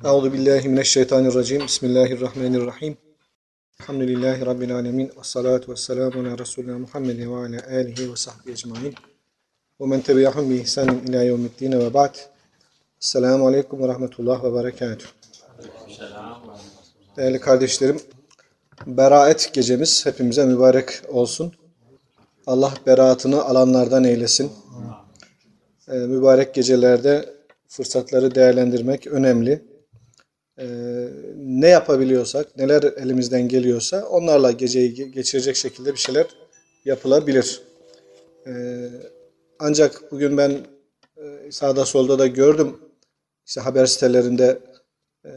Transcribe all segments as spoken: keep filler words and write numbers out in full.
Euzu billahi mineşşeytanirracim. Bismillahirrahmanirrahim. Elhamdülillahi rabbil alamin. Ves salatu vesselamu ala resulina Muhammedin ve ala alihi ve sahbihi ecmaîn. Ve men tebi'ahum bi ihsanin ila yevmiddin ve ba'd. Esselamu aleyküm ve rahmetullah ve berekatuhu. Değerli kardeşlerim, Beraat gecemiz hepimize mübarek olsun. Allah beraatını alanlardan eylesin. Ee, mübarek gecelerde fırsatları değerlendirmek önemli. Ee, ne yapabiliyorsak, neler elimizden geliyorsa onlarla geceyi geçirecek şekilde bir şeyler yapılabilir. Ee, ancak bugün ben e, sağda solda da gördüm, işte haber sitelerinde e,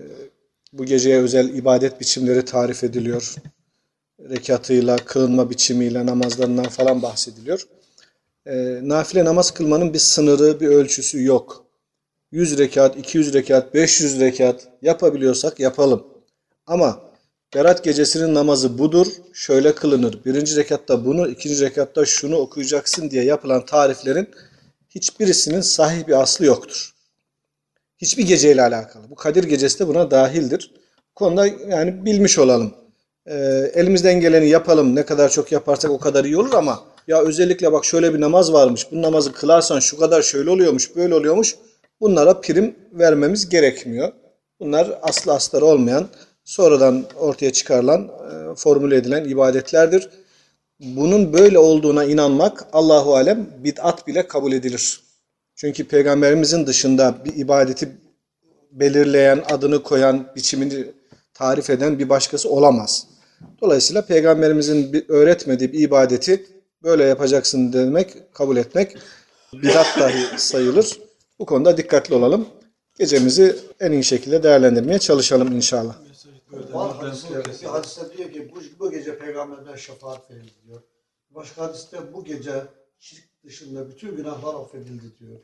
bu geceye özel ibadet biçimleri tarif ediliyor. Rekatıyla, kılınma biçimiyle, namazlarından falan bahsediliyor. E, nafile namaz kılmanın bir sınırı, bir ölçüsü yok. yüz rekat, iki yüz rekat, beş yüz rekat yapabiliyorsak yapalım. Ama Berat gecesinin namazı budur, şöyle kılınır. Birinci rekatta bunu, ikinci rekatta şunu okuyacaksın diye yapılan tariflerin hiçbirisinin sahih bir aslı yoktur. Hiçbir geceyle alakalı. Bu Kadir gecesi de buna dahildir. Bu konuda yani bilmiş olalım. Ee, elimizden geleni yapalım. Ne kadar çok yaparsak o kadar iyi olur ama ya özellikle bak şöyle bir namaz varmış. Bu namazı kılarsan şu kadar şöyle oluyormuş, böyle oluyormuş. Bunlara prim vermemiz gerekmiyor. Bunlar aslı astarı olmayan, sonradan ortaya çıkarılan, e, formüle edilen ibadetlerdir. Bunun böyle olduğuna inanmak Allahu alem bid'at bile kabul edilir. Çünkü Peygamberimizin dışında bir ibadeti belirleyen, adını koyan, biçimini tarif eden bir başkası olamaz. Dolayısıyla Peygamberimizin bir öğretmediği bir ibadeti böyle yapacaksın demek, kabul etmek bid'at dahi sayılır. Bu konuda dikkatli olalım. Gecemizi en iyi şekilde değerlendirmeye çalışalım inşallah. Var hadisler, bir hadiste diyor ki bu, bu gece peygamberden şefaat verildi diyor. Başka hadiste bu gece şirk dışında bütün günahlar affedildi diyor.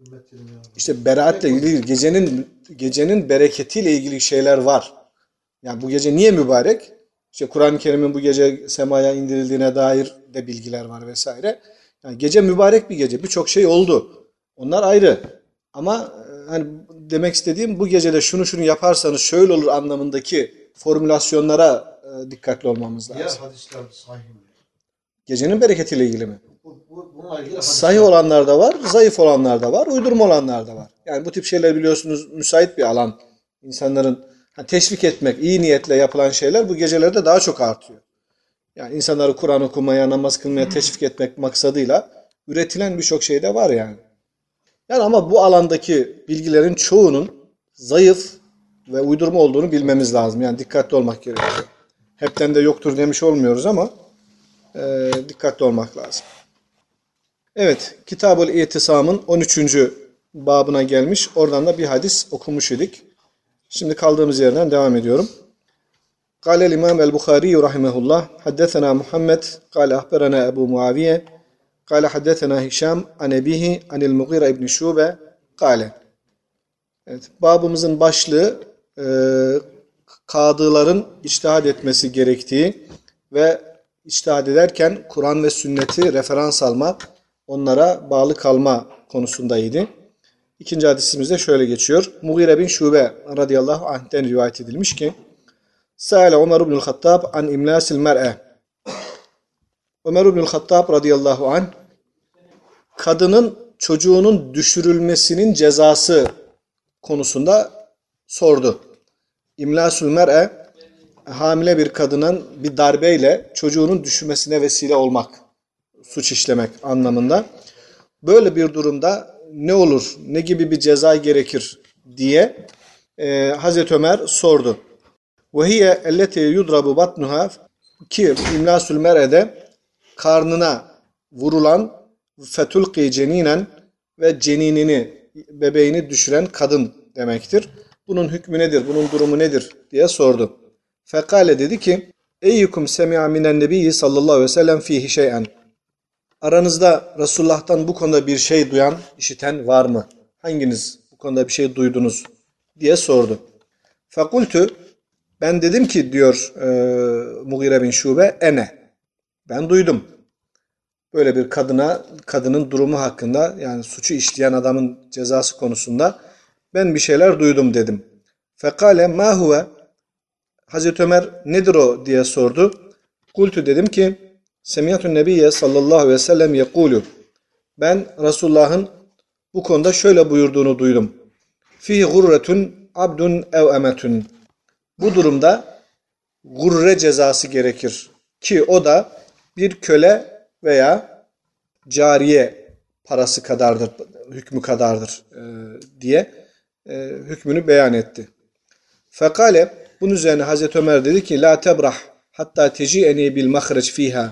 İşte beraatle ilgili gecenin gecenin bereketiyle ilgili şeyler var. Yani bu gece niye mübarek? İşte Kur'an-ı Kerim'in bu gece semaya indirildiğine dair de bilgiler var vesaire. Yani gece mübarek bir gece. Birçok şey oldu. Onlar ayrı. Ama hani demek istediğim bu gecede şunu şunu yaparsanız şöyle olur anlamındaki formülasyonlara e, dikkatli olmamız lazım. Diğer hadisler sahih mi? Gecenin bereketiyle ilgili mi? Bu, bu, bununla ilgili Sahih olanlar da var, zayıf olanlar da var, uydurma olanlar da var. Yani bu tip şeyler biliyorsunuz müsait bir alan. İnsanların hani teşvik etmek, iyi niyetle yapılan şeyler bu gecelerde daha çok artıyor. Yani insanları Kur'an okumaya, namaz kılmaya teşvik etmek maksadıyla üretilen birçok şey de var yani. Yani ama bu alandaki bilgilerin çoğunun zayıf ve uydurma olduğunu bilmemiz lazım. Yani dikkatli olmak gerekiyor. Hepten de yoktur demiş olmuyoruz ama e, dikkatli olmak lazım. Evet, Kitab-ül İtisam'ın on üçüncü babına gelmiş. Oradan da bir hadis okumuş idik. Şimdi kaldığımız yerden devam ediyorum. Kâlel İmam el-Bukhari rahimehullah haddesena Muhammed kâle ahberena Ebu Muaviye kâle haddesena Hişam an ebihi anil Mughira ibn Şube kâle. Evet, babımızın başlığı e, kadıların içtihad etmesi gerektiği ve içtihad ederken Kur'an ve sünneti referans alma, onlara bağlı kalma konusundaydı. İkinci hadisimizde şöyle geçiyor. Mughira bin Şube radıyallahu anh'ten rivayet edilmiş ki Sâle Ömer ibnül Hattab an imlâsil mer'e. Ömer ibnül Hattab radıyallahu anh kadının çocuğunun düşürülmesinin cezası konusunda sordu. İmlâsul mer'e hamile bir kadının bir darbeyle çocuğunun düşmesine vesile olmak, suç işlemek anlamında. Böyle bir durumda ne olur, ne gibi bir ceza gerekir diye e, Hazreti Ömer sordu. وَهِيَ اَلَّتِي يُدْرَبُ بَطْنُهَا ki İmlâsul mer'ede karnına vurulan fetulqi ceninen ve ceninini, bebeğini düşüren kadın demektir. Bunun hükmü nedir, bunun durumu nedir diye sordu. Fekale dedi ki Eyyukum semi'a minen nebiyyi sallallahu aleyhi ve sellem fihi şey'en. Aranızda Resulullah'tan bu konuda bir şey duyan, işiten var mı? Hanginiz bu konuda bir şey duydunuz diye sordu. Fekultu ben dedim ki diyor e, Mughira bin Şube ene. Ben duydum. Böyle bir kadına, kadının durumu hakkında yani suçu işleyen adamın cezası konusunda ben bir şeyler duydum dedim. Fekale ma huve. Hazreti Ömer nedir o diye sordu. Kultu dedim ki Semiyatun Nebiye sallallahu aleyhi ve sellem yekulu. Ben Resulullah'ın bu konuda şöyle buyurduğunu duydum. Fi gurretun abdun ev emetun. Bu durumda gurre cezası gerekir. Ki o da bir köle veya cariye parası kadardır, hükmü kadardır e, diye e, hükmünü beyan etti. Fekale, bunun üzerine Hazreti Ömer dedi ki la tebrah hatta teci'eni bil mahreç fiha.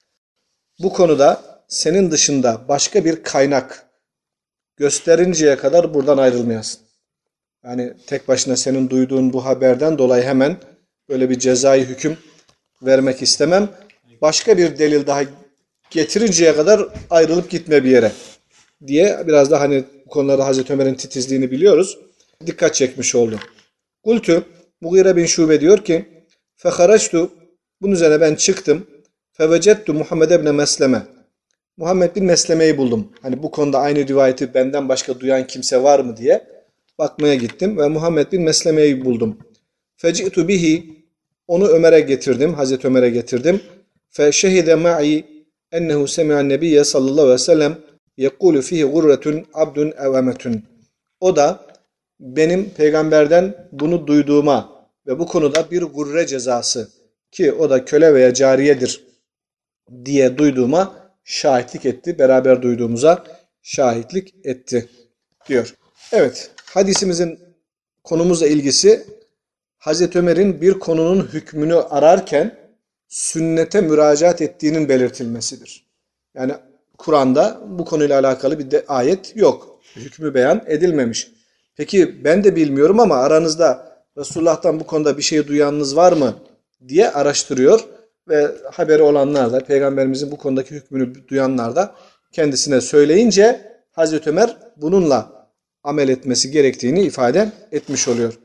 Bu konuda senin dışında başka bir kaynak gösterinceye kadar buradan ayrılmayasın. Yani tek başına senin duyduğun bu haberden dolayı hemen böyle bir cezai hüküm vermek istemem. Başka bir delil daha getirinceye kadar ayrılıp gitme bir yere diye biraz da hani bu konularda Hazreti Ömer'in titizliğini biliyoruz. Dikkat çekmiş oldu. Kultu, Mughire bin Şube diyor ki feharaçtu, bunun üzerine ben çıktım. Fevecettu Muhammed ibn Mesleme. Muhammed bin Mesleme'yi buldum. Hani bu konuda aynı rivayeti benden başka duyan kimse var mı diye bakmaya gittim ve Muhammed bin Mesleme'yi buldum. Feci'tu bihi, onu Ömer'e getirdim, Hazreti Ömer'e getirdim. Fe şehide ma'i ennehu semi'an nebiyye sallallahu aleyhi ve sellem yekulu fihi gurretun abdun ev emetun. O da benim peygamberden bunu duyduğuma ve bu konuda bir gurre cezası ki o da köle veya cariyedir diye duyduğuma şahitlik etti. Beraber duyduğumuza şahitlik etti diyor. Evet, hadisimizin konumuzla ilgisi Hazreti Ömer'in bir konunun hükmünü ararken sünnete müracaat ettiğinin belirtilmesidir. Yani Kur'an'da bu konuyla alakalı bir de ayet yok. Hükmü beyan edilmemiş. Peki ben de bilmiyorum ama aranızda Resulullah'tan bu konuda bir şey duyanınız var mı diye araştırıyor ve haberi olanlar da Peygamberimizin bu konudaki hükmünü duyanlar da kendisine söyleyince Hazreti Ömer bununla amel etmesi gerektiğini ifade etmiş oluyor.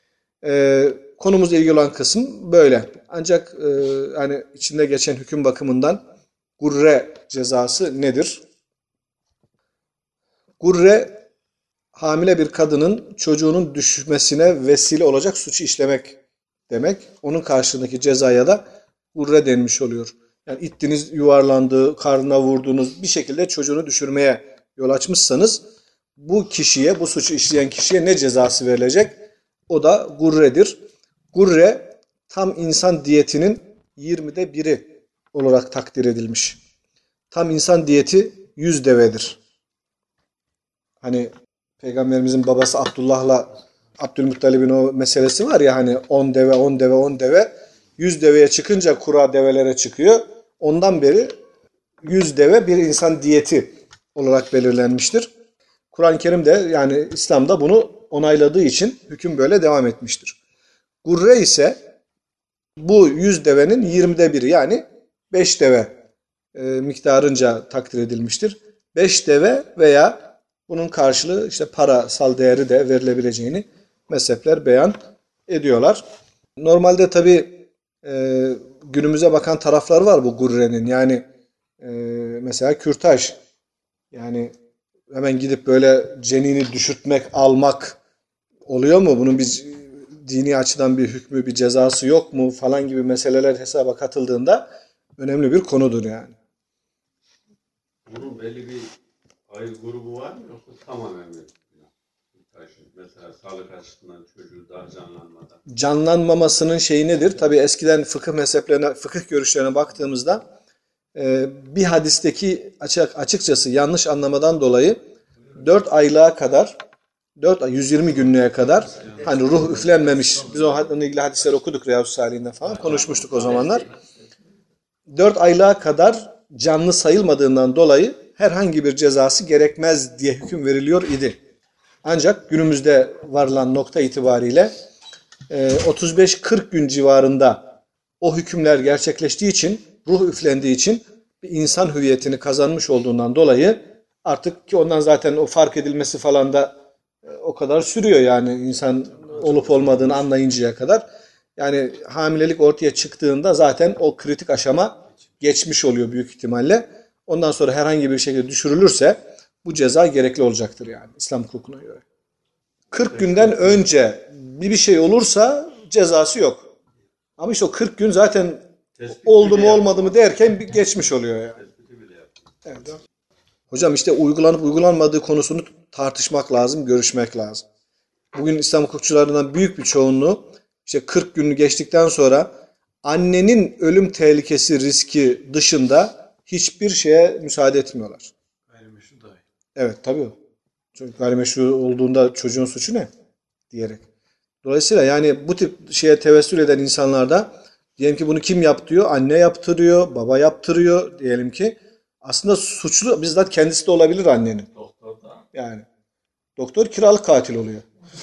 Ee, konumuzla ilgili olan kısım böyle. Ancak e, yani içinde geçen hüküm bakımından gurre cezası nedir? Gurre, hamile bir kadının çocuğunun düşmesine vesile olacak suçu işlemek demek. Onun karşılığındaki cezaya da gurre denmiş oluyor. Yani ittiniz, yuvarlandığı, karnına vurduğunuz bir şekilde çocuğunu düşürmeye yol açmışsanız bu kişiye, bu suçu işleyen kişiye ne cezası verilecek? O da gurredir. Gurre tam insan diyetinin yirmide biri olarak takdir edilmiş. Tam insan diyeti yüz devedir. Hani Peygamberimizin babası Abdullah'la Abdülmuttalib'in o meselesi var ya hani on deve, on deve, on deve. yüz deveye çıkınca kura develere çıkıyor. Ondan beri yüz deve bir insan diyeti olarak belirlenmiştir. Kur'an-ı Kerim de yani İslam'da bunu onayladığı için hüküm böyle devam etmiştir. Gurre ise bu yüz devenin yirmide biri yani beş deve e, miktarınca takdir edilmiştir. beş deve veya bunun karşılığı işte parasal değeri de verilebileceğini mezhepler beyan ediyorlar. Normalde tabii e, günümüze bakan taraflar var bu gurrenin. Yani e, mesela kürtaj. Yani hemen gidip böyle cenini düşürtmek, almak oluyor mu? Bunun bir dini açıdan bir hükmü, bir cezası yok mu falan gibi meseleler hesaba katıldığında önemli bir konudur yani. Bunun belli bir ayı grubu var mı yoksa tamamen mi? Mesela sağlık açısından çocuğu daha canlanmadan. Canlanmamasının şeyi nedir? Tabii eskiden fıkıh mezheplerine, fıkıh görüşlerine baktığımızda e, bir hadisteki açık, açıkçası yanlış anlamadan dolayı dört aylığa kadar, dört ay, yüz yirmi günlüğe kadar hani ruh üflenmemiş. Biz o onunla ilgili hadisleri okuduk Riyâdü Sâlihîn'de falan konuşmuştuk o zamanlar. dört aylığa kadar canlı sayılmadığından dolayı herhangi bir cezası gerekmez diye hüküm veriliyor idi. Ancak günümüzde varılan nokta itibariyle otuz beş kırk gün civarında o hükümler gerçekleştiği için, ruh üflendiği için bir insan hüviyetini kazanmış olduğundan dolayı artık ki ondan zaten o fark edilmesi falan da o kadar sürüyor yani insan olup olmadığını anlayıncaya kadar. Yani hamilelik ortaya çıktığında zaten o kritik aşama geçmiş oluyor büyük ihtimalle. Ondan sonra herhangi bir şekilde düşürülürse bu ceza gerekli olacaktır yani İslam hukukuna göre. kırk günden önce bir bir şey olursa cezası yok. Ama işte o kırk gün zaten Tespit oldu bile mu olmadı yapma. mı derken bir geçmiş oluyor yani. Tespiti bile yapma. Evet. Hocam işte uygulanıp uygulanmadığı konusunu tartışmak lazım, görüşmek lazım. Bugün İslam hukukçularından büyük bir çoğunluğu işte kırk günü geçtikten sonra annenin ölüm tehlikesi riski dışında hiçbir şeye müsaade etmiyorlar. Gayrimeşru dahi. Evet tabii. Çocuk gayrimeşru olduğunda çocuğun suçu ne? Diyerek. Dolayısıyla yani bu tip şeye tevessül eden insanlarda diyelim ki bunu kim yaptırıyor? Anne yaptırıyor, baba yaptırıyor diyelim ki. Aslında suçlu bizzat kendisi de olabilir annenin. Doktor da Yani doktor kiralık katil oluyor.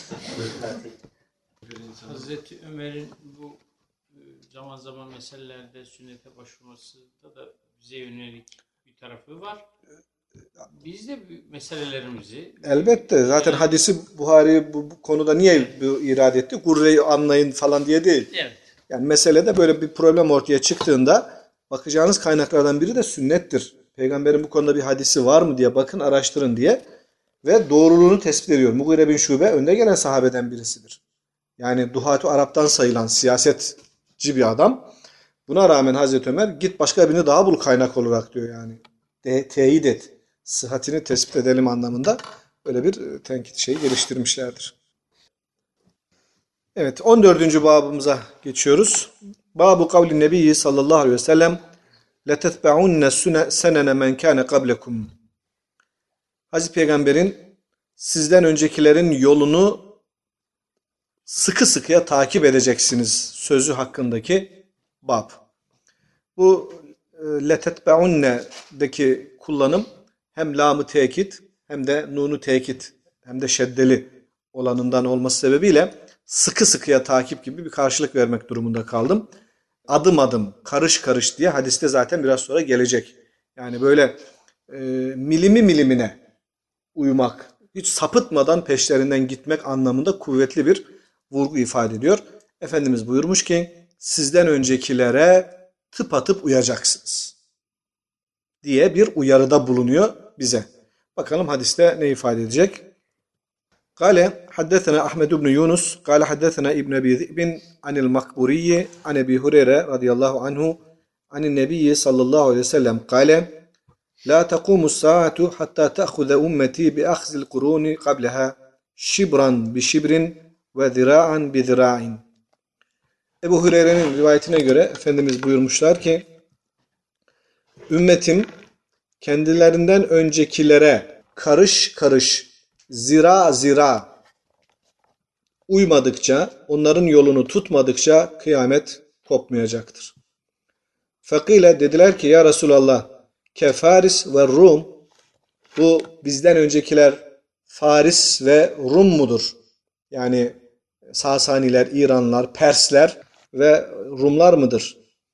Hazreti Ömer'in bu e, zaman zaman meselelerde sünnete başvurmasında da bize yönelik bir tarafı var. Biz de bu meselelerimizi Elbette. Zaten Yani- hadisi Buhari bu, bu konuda niye bu irade etti? Gurreyi anlayın falan diye değil. Evet. Yani meselede böyle bir problem ortaya çıktığında bakacağınız kaynaklardan biri de sünnettir. Peygamberin bu konuda bir hadisi var mı diye bakın, araştırın diye. Ve doğruluğunu tespit ediyor. Mughire bin Şube önde gelen sahabeden birisidir. Yani Duhatu Arap'tan sayılan siyasetçi bir adam. Buna rağmen Hazreti Ömer git başka birini daha bul kaynak olarak diyor yani. De, teyit et. Sıhhatini tespit edelim anlamında böyle bir e, tenkit şeyi geliştirmişlerdir. Evet, on dördüncü babımıza geçiyoruz. Babu kavli Nebi sallallahu aleyhi ve sellem لَتَتْبَعُنَّ سَنَنَ مَنْ كَانَ قَبْلَكُمْ. Hazreti Peygamber'in sizden öncekilerin yolunu sıkı sıkıya takip edeceksiniz sözü hakkındaki bab. Bu e, letetbeunne'deki kullanım hem lamı tekit hem de nunu tekit hem de şeddeli olanından olması sebebiyle sıkı sıkıya takip gibi bir karşılık vermek durumunda kaldım. Adım adım, karış karış diye hadiste zaten biraz sonra gelecek. Yani böyle e, milimi milimine uyumak, hiç sapıtmadan peşlerinden gitmek anlamında kuvvetli bir vurgu ifade ediyor. Efendimiz buyurmuş ki sizden öncekilere tıpatıp uyacaksınız diye bir uyarıda bulunuyor bize. Bakalım hadiste ne ifade edecek? Kale haddetena Ahmed ibn Yunus, kale haddetena İbn Ebi Zibin anil Makburiyi an Ebi Hureyre radıyallahu anhu anin Nebiyyi sallallahu aleyhi ve sellem kale la taqumus saatu hatta ta'khuza ummeti bi akhzil kuruni qablaha şibran bi şibrin ve zira'an bi zira'in. Ebu Hureyre'nin rivayetine göre Efendimiz buyurmuşlar ki ümmetim kendilerinden öncekilere karış karış, zira zira uymadıkça, onların yolunu tutmadıkça kıyamet kopmayacaktır. Fakile dediler ki ya Resulallah kefaris ve Rum, bu bizden öncekiler Faris ve Rum mudur? Yani Sasaniler, İranlar, Persler ve Rumlar mıdır?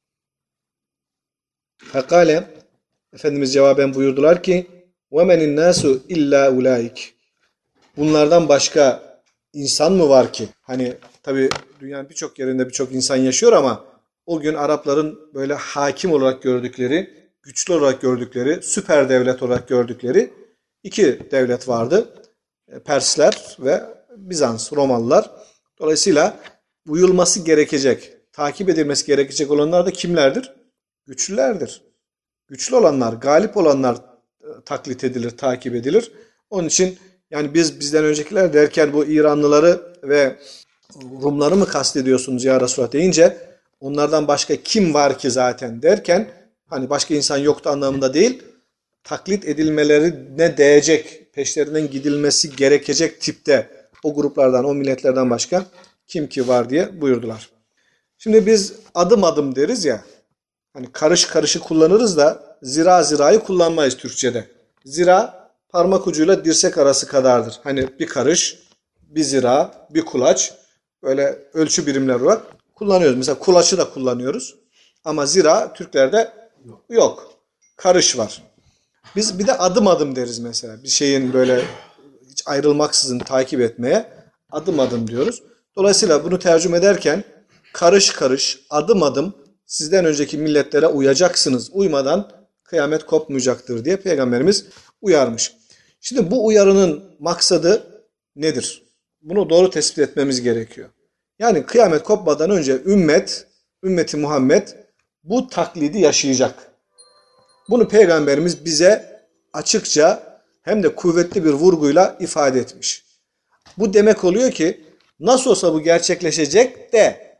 Fekale Efendimiz cevaben buyurdular ki وَمَنِ النَّاسُ illa ulaik. Bunlardan başka insan mı var ki? Hani tabi dünyanın birçok yerinde birçok insan yaşıyor ama o gün Arapların böyle hakim olarak gördükleri, güçlü olarak gördükleri, süper devlet olarak gördükleri iki devlet vardı. Persler ve Bizans, Romalılar. Dolayısıyla uyulması gerekecek, takip edilmesi gerekecek olanlar da kimlerdir? Güçlülerdir. Güçlü olanlar, galip olanlar taklit edilir, takip edilir. Onun için yani biz bizden öncekiler derken bu İranlıları ve Rumları mı kastediyorsunuz ya Resulullah deyince onlardan başka kim var ki zaten derken hani başka insan yoktu anlamında değil, taklit edilmelerine değecek, peşlerinden gidilmesi gerekecek tipte o gruplardan, o milletlerden başka kim ki var diye buyurdular. Şimdi biz adım adım deriz ya, hani karış karışı kullanırız da zira zirayı kullanmayız Türkçe'de. Zira parmak ucuyla dirsek arası kadardır. Hani bir karış, bir zira, bir kulaç böyle ölçü birimler olarak kullanıyoruz. Mesela kulaçı da kullanıyoruz. Ama zira Türklerde yok. Karış var. Biz bir de adım adım deriz mesela. Bir şeyin böyle hiç ayrılmaksızın takip etmeye adım adım diyoruz. Dolayısıyla bunu tercüme ederken karış karış, adım adım sizden önceki milletlere uyacaksınız. Uymadan kıyamet kopmayacaktır diye Peygamberimiz uyarmış. Şimdi bu uyarının maksadı nedir? bunu doğru tespit etmemiz gerekiyor. Yani kıyamet kopmadan önce ümmet, ümmeti Muhammed bu taklidi yaşayacak. Bunu Peygamberimiz bize açıkça hem de kuvvetli bir vurguyla ifade etmiş. Bu demek oluyor ki nasıl olsa bu gerçekleşecek de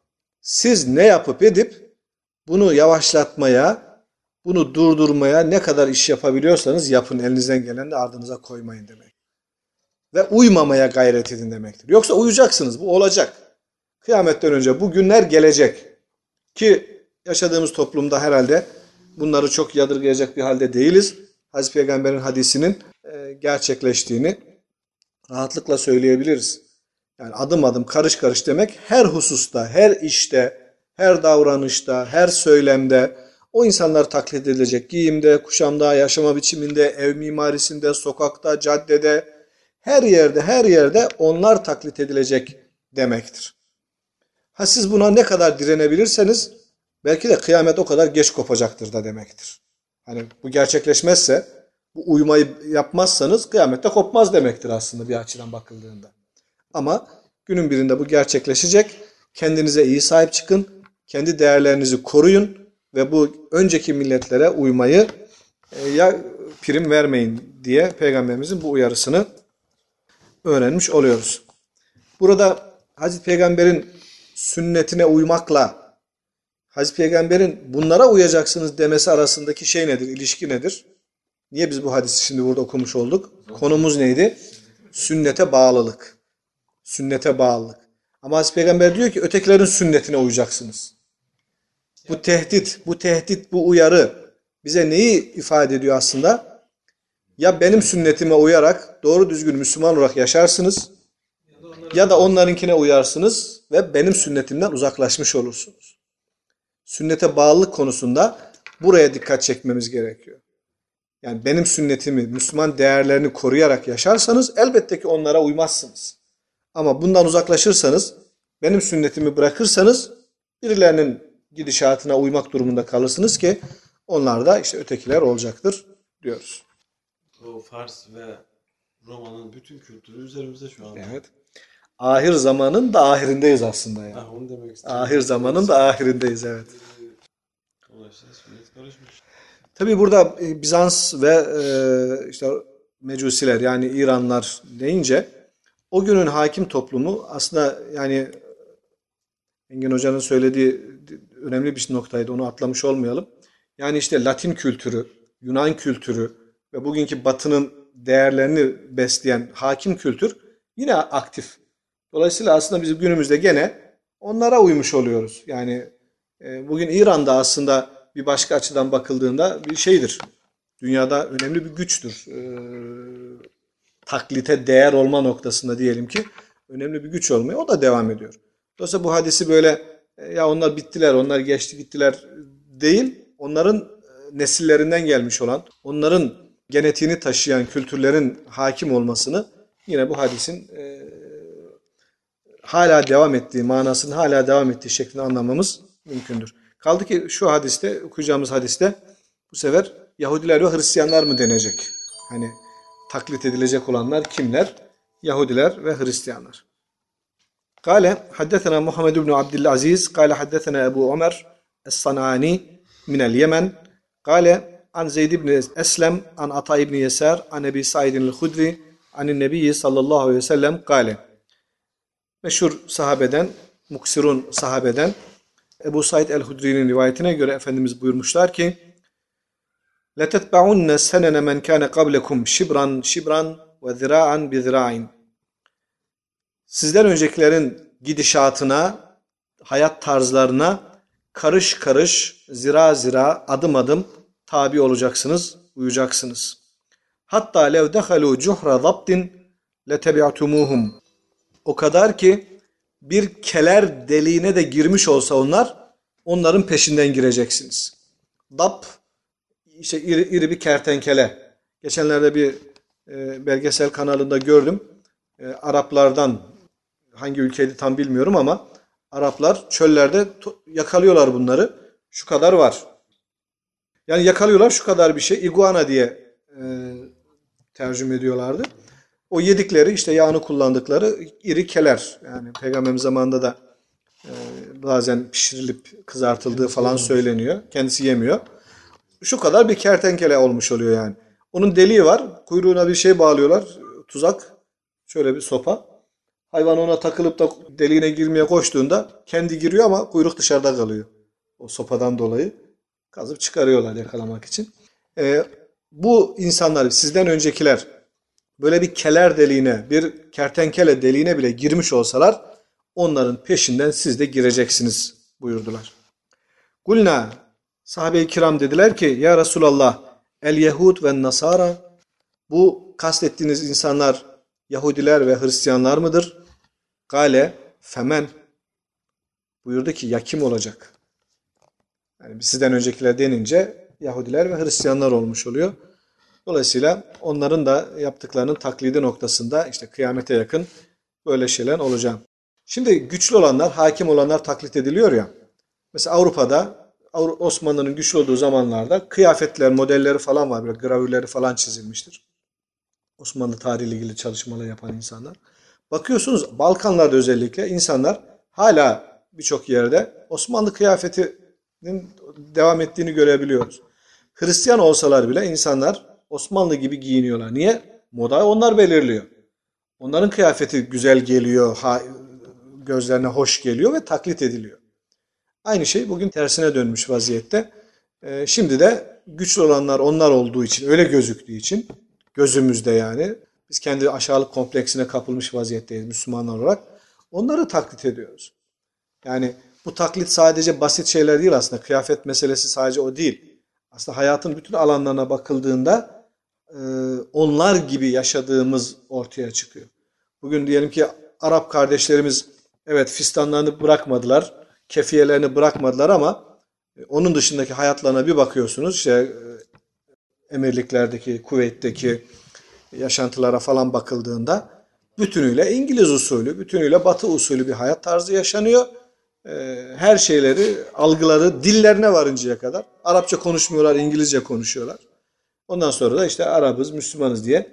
siz ne yapıp edip bunu yavaşlatmaya, bunu durdurmaya ne kadar iş yapabiliyorsanız yapın, elinizden geleni de ardınıza koymayın demek. Ve uymamaya gayret edin demektir. Yoksa uyacaksınız, bu olacak. Kıyametten önce bu günler gelecek. Ki yaşadığımız toplumda herhalde bunları çok yadırgayacak bir halde değiliz. Hazreti Peygamber'in hadisinin gerçekleştiğini rahatlıkla söyleyebiliriz. Yani adım adım, karış karış demek her hususta, her işte, her davranışta, her söylemde o insanlar taklit edilecek. Giyimde, kuşamda, yaşama biçiminde, ev mimarisinde, sokakta, caddede, her yerde, her yerde onlar taklit edilecek demektir. Ha siz buna ne kadar direnebilirseniz belki de kıyamet o kadar geç kopacaktır da demektir. Hani bu gerçekleşmezse, bu uymayı yapmazsanız kıyamette kopmaz demektir aslında bir açıdan bakıldığında. Ama günün birinde bu gerçekleşecek. Kendinize iyi sahip çıkın, kendi değerlerinizi koruyun ve bu önceki milletlere uymayı e, ya prim vermeyin diye Peygamberimizin bu uyarısını öğrenmiş oluyoruz. Burada Hazreti Peygamber'in sünnetine uymakla Hazreti Peygamber'in bunlara uyacaksınız demesi arasındaki şey nedir, ilişki nedir? Niye biz bu hadisi şimdi burada okumuş olduk? Konumuz neydi? Sünnete bağlılık. Sünnete bağlılık. Ama Hazreti Peygamber diyor ki ötekilerin sünnetine uyacaksınız. Bu tehdit, bu tehdit, bu uyarı bize neyi ifade ediyor aslında? Ya benim sünnetime uyarak doğru düzgün Müslüman olarak yaşarsınız ya da onlarınkine uyarsınız ve benim sünnetimden uzaklaşmış olursunuz. Sünnete bağlılık konusunda buraya dikkat çekmemiz gerekiyor. Yani benim sünnetimi, Müslüman değerlerini koruyarak yaşarsanız elbette ki onlara uymazsınız. Ama bundan uzaklaşırsanız, benim sünnetimi bırakırsanız birilerinin gidişatına uymak durumunda kalırsınız ki onlar da işte ötekiler olacaktır diyoruz. O Fars ve Roma'nın bütün kültürü üzerimizde şu anda. Evet. Ahir zamanın da ahirindeyiz aslında ya. Ha, onu demek istiyorum. Ahir zamanın da ahirindeyiz, evet. Dolayısıyla sünnet karışmış. Tabii burada Bizans ve e, işte Mecusiler yani İranlar deyince o günün hakim toplumu aslında yani Engin Hoca'nın söylediği önemli bir noktaydı, onu atlamış olmayalım. Yani işte Latin kültürü, Yunan kültürü ve bugünkü Batı'nın değerlerini besleyen hakim kültür yine aktif. Dolayısıyla aslında biz günümüzde gene onlara uymuş oluyoruz. Yani e, bugün İran'da aslında bir başka açıdan bakıldığında bir şeydir. Dünyada önemli bir güçtür. E, taklite değer olma noktasında diyelim ki önemli bir güç olmaya o da devam ediyor. Dolayısıyla bu hadisi böyle e, ya onlar bittiler, onlar geçti gittiler değil. Onların nesillerinden gelmiş olan, onların genetiğini taşıyan kültürlerin hakim olmasını yine bu hadisin e, hala devam ettiği, manasının hala devam ettiği şeklinde anlamamız mümkündür. Kaldı ki şu hadiste, okuyacağımız hadiste bu sefer Yahudiler ve Hristiyanlar mı denecek? Hani taklit edilecek olanlar kimler? Yahudiler ve Hristiyanlar. Kale haddetena Muhammed ibn Abdülaziz, kale haddetena Ebu Ömer Es-Sanani minel Yemen, kale an Zeyd ibn Eslem, an Ata ibn Yesar, an Ebi Sa'idin el-Hudri, anin Nebiyyi sallallahu aleyhi ve sellem, kale. Meşhur sahabeden, muksirun sahabeden Ebu Said el-Hudri'nin rivayetine göre Efendimiz buyurmuşlar ki لَتَتْبَعُنَّ سَنَنَ مَنْ كَانَ قَبْلَكُمْ شِبْرًا شِبْرًا وَذِرَاعًا بِذِرَاعٍ. Sizden öncekilerin gidişatına, hayat tarzlarına karış karış, zira zira, adım adım tabi olacaksınız, uyacaksınız. Hatta lev dehalu cuhra zabtin letebi'tumuhum. O kadar ki bir keler deliğine de girmiş olsa onlar, onların peşinden gireceksiniz. Dap, işte iri, iri bir kertenkele. Geçenlerde bir e, belgesel kanalında gördüm. E, Araplardan, hangi ülkeydi tam bilmiyorum ama Araplar çöllerde yakalıyorlar bunları. Şu kadar var. Yani yakalıyorlar şu kadar bir şey. İguana diye e, tercüme ediyorlardı. O yedikleri işte yağını kullandıkları iri keler. Yani Peygamberimiz zamanında da e, bazen pişirilip kızartıldığı falan söyleniyor. Kendisi yemiyor. Şu kadar bir kertenkele olmuş oluyor yani. Onun deliği var. Kuyruğuna bir şey bağlıyorlar. Tuzak. Şöyle bir sopa. Hayvan ona takılıp da deliğine girmeye koştuğunda kendi giriyor ama kuyruk dışarıda kalıyor. O sopadan dolayı kazıp çıkarıyorlar yakalamak için. Ee, bu insanlar, sizden öncekiler böyle bir keler deliğine, bir kertenkele deliğine bile girmiş olsalar onların peşinden siz de gireceksiniz buyurdular. Kulna, sahabe-i kiram dediler ki ya Resulallah el Yehud ve Nasara, bu kastettiğiniz insanlar Yahudiler ve Hristiyanlar mıdır? Gale femen, buyurdu ki ya kim olacak? Yani sizden öncekiler denince Yahudiler ve Hristiyanlar olmuş oluyor. Dolayısıyla onların da yaptıklarının taklidi noktasında işte kıyamete yakın böyle şeyler olacak. Şimdi güçlü olanlar, hakim olanlar taklit ediliyor ya. Mesela Avrupa'da Osmanlı'nın güçlü olduğu zamanlarda kıyafetler, modelleri falan var. Böyle gravürleri falan çizilmiştir. Osmanlı tarihiyle ilgili çalışmalar yapan insanlar. Bakıyorsunuz Balkanlarda özellikle insanlar hala birçok yerde Osmanlı kıyafetinin devam ettiğini görebiliyoruz. Hristiyan olsalar bile insanlar Osmanlı gibi giyiniyorlar. Niye? Moda onlar belirliyor. Onların kıyafeti güzel geliyor, gözlerine hoş geliyor ve taklit ediliyor. Aynı şey bugün tersine dönmüş vaziyette. Ee, şimdi de güçlü olanlar onlar olduğu için, öyle gözüktüğü için gözümüzde yani biz kendi aşağılık kompleksine kapılmış vaziyetteyiz Müslümanlar olarak. Onları taklit ediyoruz. Yani bu taklit sadece basit şeyler değil aslında. Kıyafet meselesi sadece o değil. Aslında hayatın bütün alanlarına bakıldığında e, onlar gibi yaşadığımız ortaya çıkıyor. Bugün diyelim ki Arap kardeşlerimiz evet fistanlarını bırakmadılar, kefiyelerini bırakmadılar ama onun dışındaki hayatlarına bir bakıyorsunuz. İşte emirliklerdeki, Kuveyt'teki yaşantılara falan bakıldığında bütünüyle İngiliz usulü, bütünüyle Batı usulü bir hayat tarzı yaşanıyor. Her şeyleri, algıları dillerine varıncaya kadar. Arapça konuşmuyorlar, İngilizce konuşuyorlar. Ondan sonra da işte Arabız, Müslümanız diye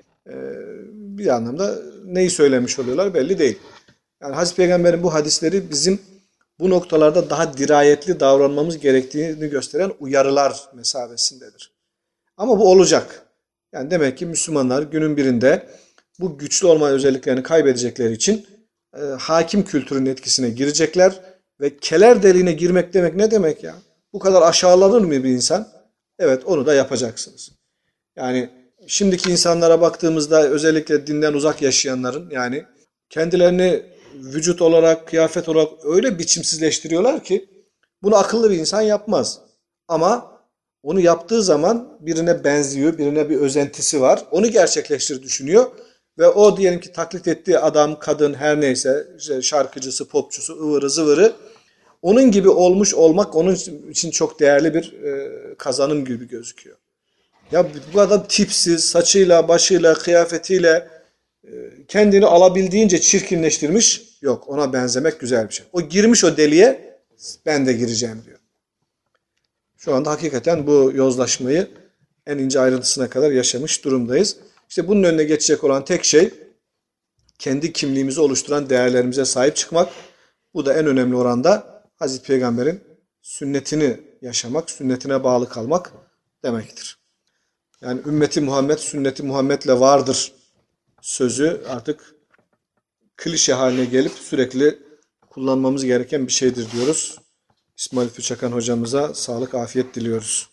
bir anlamda neyi söylemiş oluyorlar belli değil. Yani Hazreti Peygamber'in bu hadisleri bizim bu noktalarda daha dirayetli davranmamız gerektiğini gösteren uyarılar mesabesindedir. Ama bu olacak. Yani demek ki Müslümanlar günün birinde bu güçlü olma özelliklerini kaybedecekleri için e, hakim kültürün etkisine girecekler ve keler deliğine girmek demek ne demek ya? Bu kadar aşağılanır mı bir insan? Evet, onu da yapacaksınız. Yani şimdiki insanlara baktığımızda özellikle dinden uzak yaşayanların yani kendilerini vücut olarak, kıyafet olarak öyle biçimsizleştiriyorlar ki bunu akıllı bir insan yapmaz. Ama onu yaptığı zaman birine benziyor, birine bir özentisi var. Onu gerçekleştir düşünüyor ve o diyelim ki taklit ettiği adam, kadın her neyse işte şarkıcısı, popçusu, ıvırı zıvırı onun gibi olmuş olmak onun için çok değerli bir e, kazanım gibi gözüküyor. Ya bu kadar tipsiz, saçıyla, başıyla, kıyafetiyle e, kendini alabildiğince çirkinleştirmiş. Yok, ona benzemek güzel bir şey. O girmiş o deliğe, ben de gireceğim diyor. Şu anda hakikaten bu yozlaşmayı en ince ayrıntısına kadar yaşamış durumdayız. İşte bunun önüne geçecek olan tek şey kendi kimliğimizi oluşturan değerlerimize sahip çıkmak. Bu da en önemli oranda Hazreti Peygamber'in sünnetini yaşamak, sünnetine bağlı kalmak demektir. Yani ümmeti Muhammed sünneti Muhammed'le vardır sözü artık klişe haline gelip sürekli kullanmamız gereken bir şeydir diyoruz. İsmail Füçakan hocamıza sağlık, afiyet diliyoruz.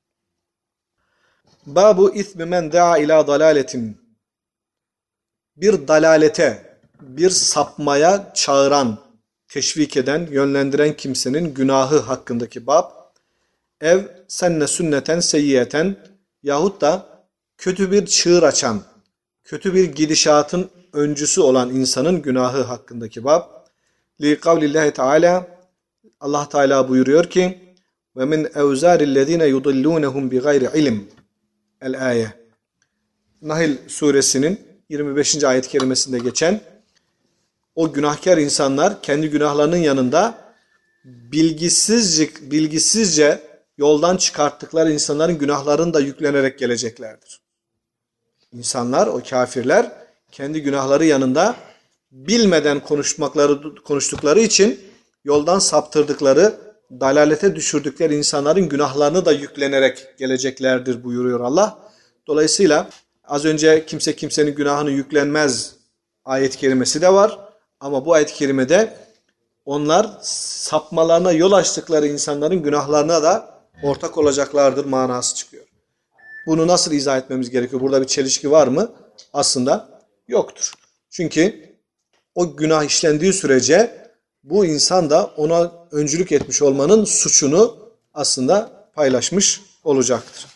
Babu ismi men da'a ila dalaletin. Bir dalalete, bir sapmaya çağıran, teşvik eden, yönlendiren kimsenin günahı hakkındaki bab. Ev senne sünneten seyyiyeten yahut da kötü bir çığır açan, kötü bir gidişatın öncüsü olan insanın günahı hakkındaki bab. Li kavlillahi teala, Allah Teala buyuruyor ki ve min evzarillezine yudillunhum bigayri ilim. El-Aye. Nahl suresinin yirmi beşinci ayet-i kerimesinde geçen o günahkar insanlar kendi günahlarının yanında bilgisizce, bilgisizce yoldan çıkarttıkları insanların günahlarını da yüklenerek geleceklerdir. İnsanlar, o kafirler kendi günahları yanında bilmeden konuşmakları konuştukları için yoldan saptırdıkları, dalalete düşürdükleri insanların günahlarını da yüklenerek geleceklerdir buyuruyor Allah. Dolayısıyla az önce kimse kimsenin günahını yüklenmez ayet-i kerimesi de var. Ama bu ayet-i kerimede onlar sapmalarına yol açtıkları insanların günahlarına da ortak olacaklardır manası çıkıyor. Bunu nasıl izah etmemiz gerekiyor? Burada bir çelişki var mı? Aslında yoktur. Çünkü o günah işlendiği sürece bu insan da ona öncülük etmiş olmanın suçunu aslında paylaşmış olacaktır.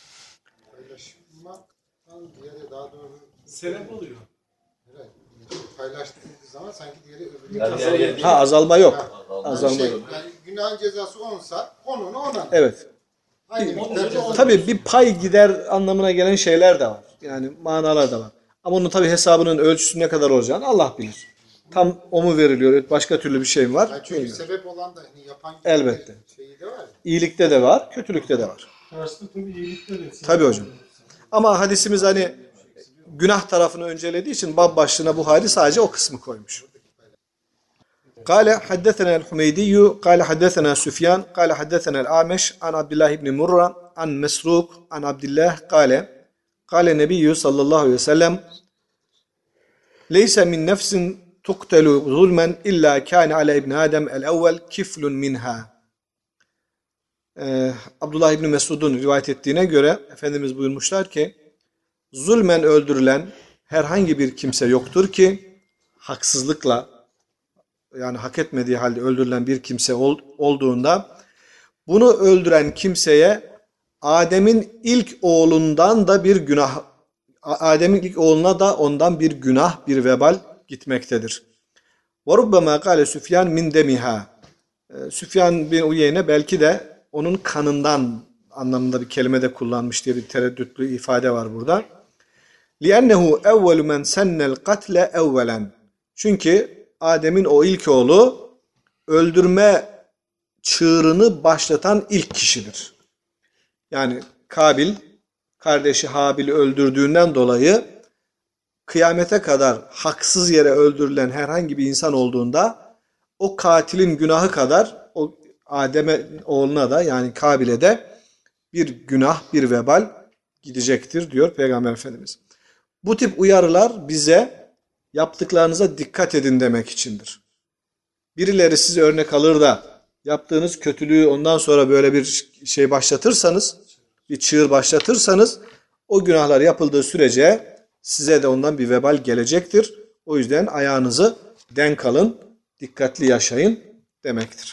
Paylaşmaktan diğeri daha doğru Sebep oluyor. evet, paylaştığınız zaman sanki diğeri öbürü Yani kazanıyor. diğeri- Ha azalma yok. Yani Azalma şey, yok. yani günahın cezası onsa onunu ona. Evet. Aynı miktar ceza. Tabii bir pay gider anlamına gelen şeyler de var. Yani manalar da var. Ama onun tabii hesabının ölçüsü ne kadar olacağını Allah bilir. Tam o mu veriliyor? Başka türlü bir şey mi var? Yani çünkü Bilmiyorum. sebep olan da hani yapan Elbette. şeyi de var. İyilikte de var, kötülükte de var. Karşılıklı tabii iyilikte de. Tabii hocam. Ama hadisimiz hani günah tarafını öncelediği için bab başlığına Buhari sadece o kısmı koymuş. Kale haddesena el-Humeydi, kale haddesena Süfyan, kale haddesena el-Ameş, an Abdullah ibn Murra, an Mesruk, an Abdullah, kale, kale Nebiyyü sallallahu aleyhi ve sellem, leyse min nefsin tuktelu zulmen illa kâne ala ibn Adem el-evvel kiflun minha. Ee, Abdullah İbni Mesud'un rivayet ettiğine göre Efendimiz buyurmuşlar ki zulmen öldürülen herhangi bir kimse yoktur ki haksızlıkla yani hak etmediği halde öldürülen bir kimse ol, olduğunda bunu öldüren kimseye Adem'in ilk oğlundan da bir günah Adem'in ilk oğluna da ondan bir günah bir vebal gitmektedir. وَرُبَّمَا قَالَ Süfyan min demiha. Süfyan bin Uyeyne belki de onun kanından anlamında bir kelime de kullanmış diye bir tereddütlü ifade var burada. لِأَنَّهُ اَوَّلُ مَنْ سَنَّ الْقَتْلَ اَوَّلًا. Çünkü Adem'in o ilk oğlu öldürme çığırını başlatan ilk kişidir. Yani Kabil kardeşi Habil'i öldürdüğünden dolayı kıyamete kadar haksız yere öldürülen herhangi bir insan olduğunda o katilin günahı kadar o Adem'e oğluna da yani Kabil'e de bir günah, bir vebal gidecektir diyor Peygamber Efendimiz. Bu tip uyarılar bize yaptıklarınıza dikkat edin demek içindir. Birileri size örnek alır da yaptığınız kötülüğü ondan sonra böyle bir şey başlatırsanız, bir çığır başlatırsanız o günahlar yapıldığı sürece size de ondan bir vebal gelecektir. O yüzden ayağınızı denk alın, dikkatli yaşayın demektir.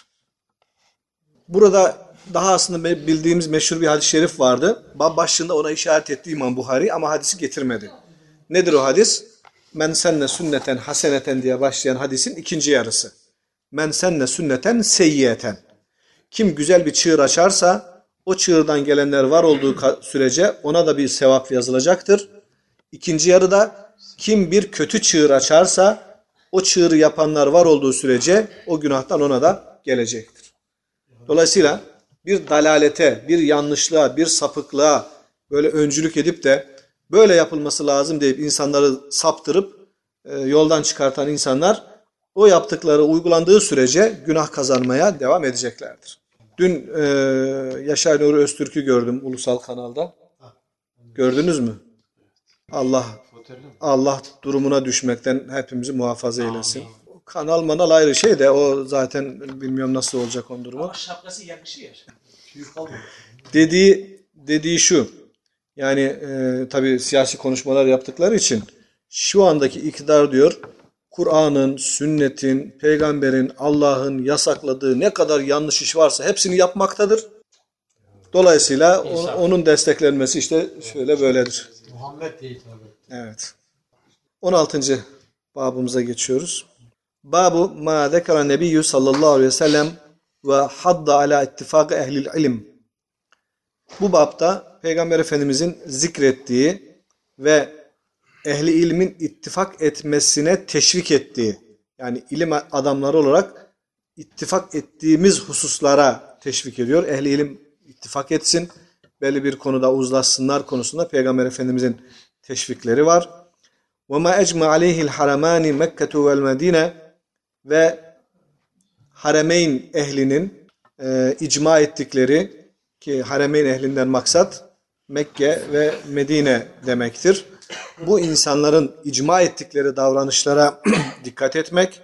Burada daha aslında bildiğimiz meşhur bir hadis-i şerif vardı. Bab başlığında ona işaret etti İmam Buhari ama hadisi getirmedi. Nedir o hadis? Men senne sünneten haseneten diye başlayan hadisin ikinci yarısı. Men senne sünneten seyyiyeten. Kim güzel bir çığır açarsa o çığırdan gelenler var olduğu sürece ona da bir sevap yazılacaktır. İkinci yarıda kim bir kötü çığır açarsa o çığırı yapanlar var olduğu sürece o günahtan ona da gelecektir. Dolayısıyla bir dalalete, bir yanlışlığa, bir sapıklığa böyle öncülük edip de böyle yapılması lazım deyip insanları saptırıp e, yoldan çıkartan insanlar o yaptıkları uygulandığı sürece günah kazanmaya devam edeceklerdir. Dün e, Yaşar Nuri Öztürk'ü gördüm ulusal kanalda. Gördünüz mü? Allah Allah durumuna düşmekten hepimizi muhafaza eylesin. O kanal manal ayrı şey de o zaten bilmiyorum nasıl olacak onun durumu. Ama şapkası yakışıyor. Dediği dediği şu. Yani e, tabii siyasi konuşmalar yaptıkları için şu andaki iktidar diyor Kur'an'ın, sünnetin, peygamberin, Allah'ın yasakladığı ne kadar yanlış iş varsa hepsini yapmaktadır. Dolayısıyla o, onun desteklenmesi işte şöyle böyledir. Muhammed diye hitap etti. Evet. on altıncı babımıza geçiyoruz. Babu ma zekara nebiyyü sallallahu aleyhi ve sellem ve hadda ala ittifak ehlil ilim. Bu babda Peygamber Efendimizin zikrettiği ve ehli ilmin ittifak etmesine teşvik ettiği, yani ilim adamları olarak ittifak ettiğimiz hususlara teşvik ediyor. Ehli ilim ittifak etsin, belli bir konuda uzlaşsınlar konusunda Peygamber Efendimizin teşvikleri var. وَمَا اَجْمَ عَلَيْهِ الْحَرَمَانِ مَكَّةُ وَالْمَد۪ينَ ve Haremeyn ehlinin e, icma ettikleri, ki Haremeyn ehlinden maksat Mekke ve Medine demektir. Bu insanların icma ettikleri davranışlara dikkat etmek.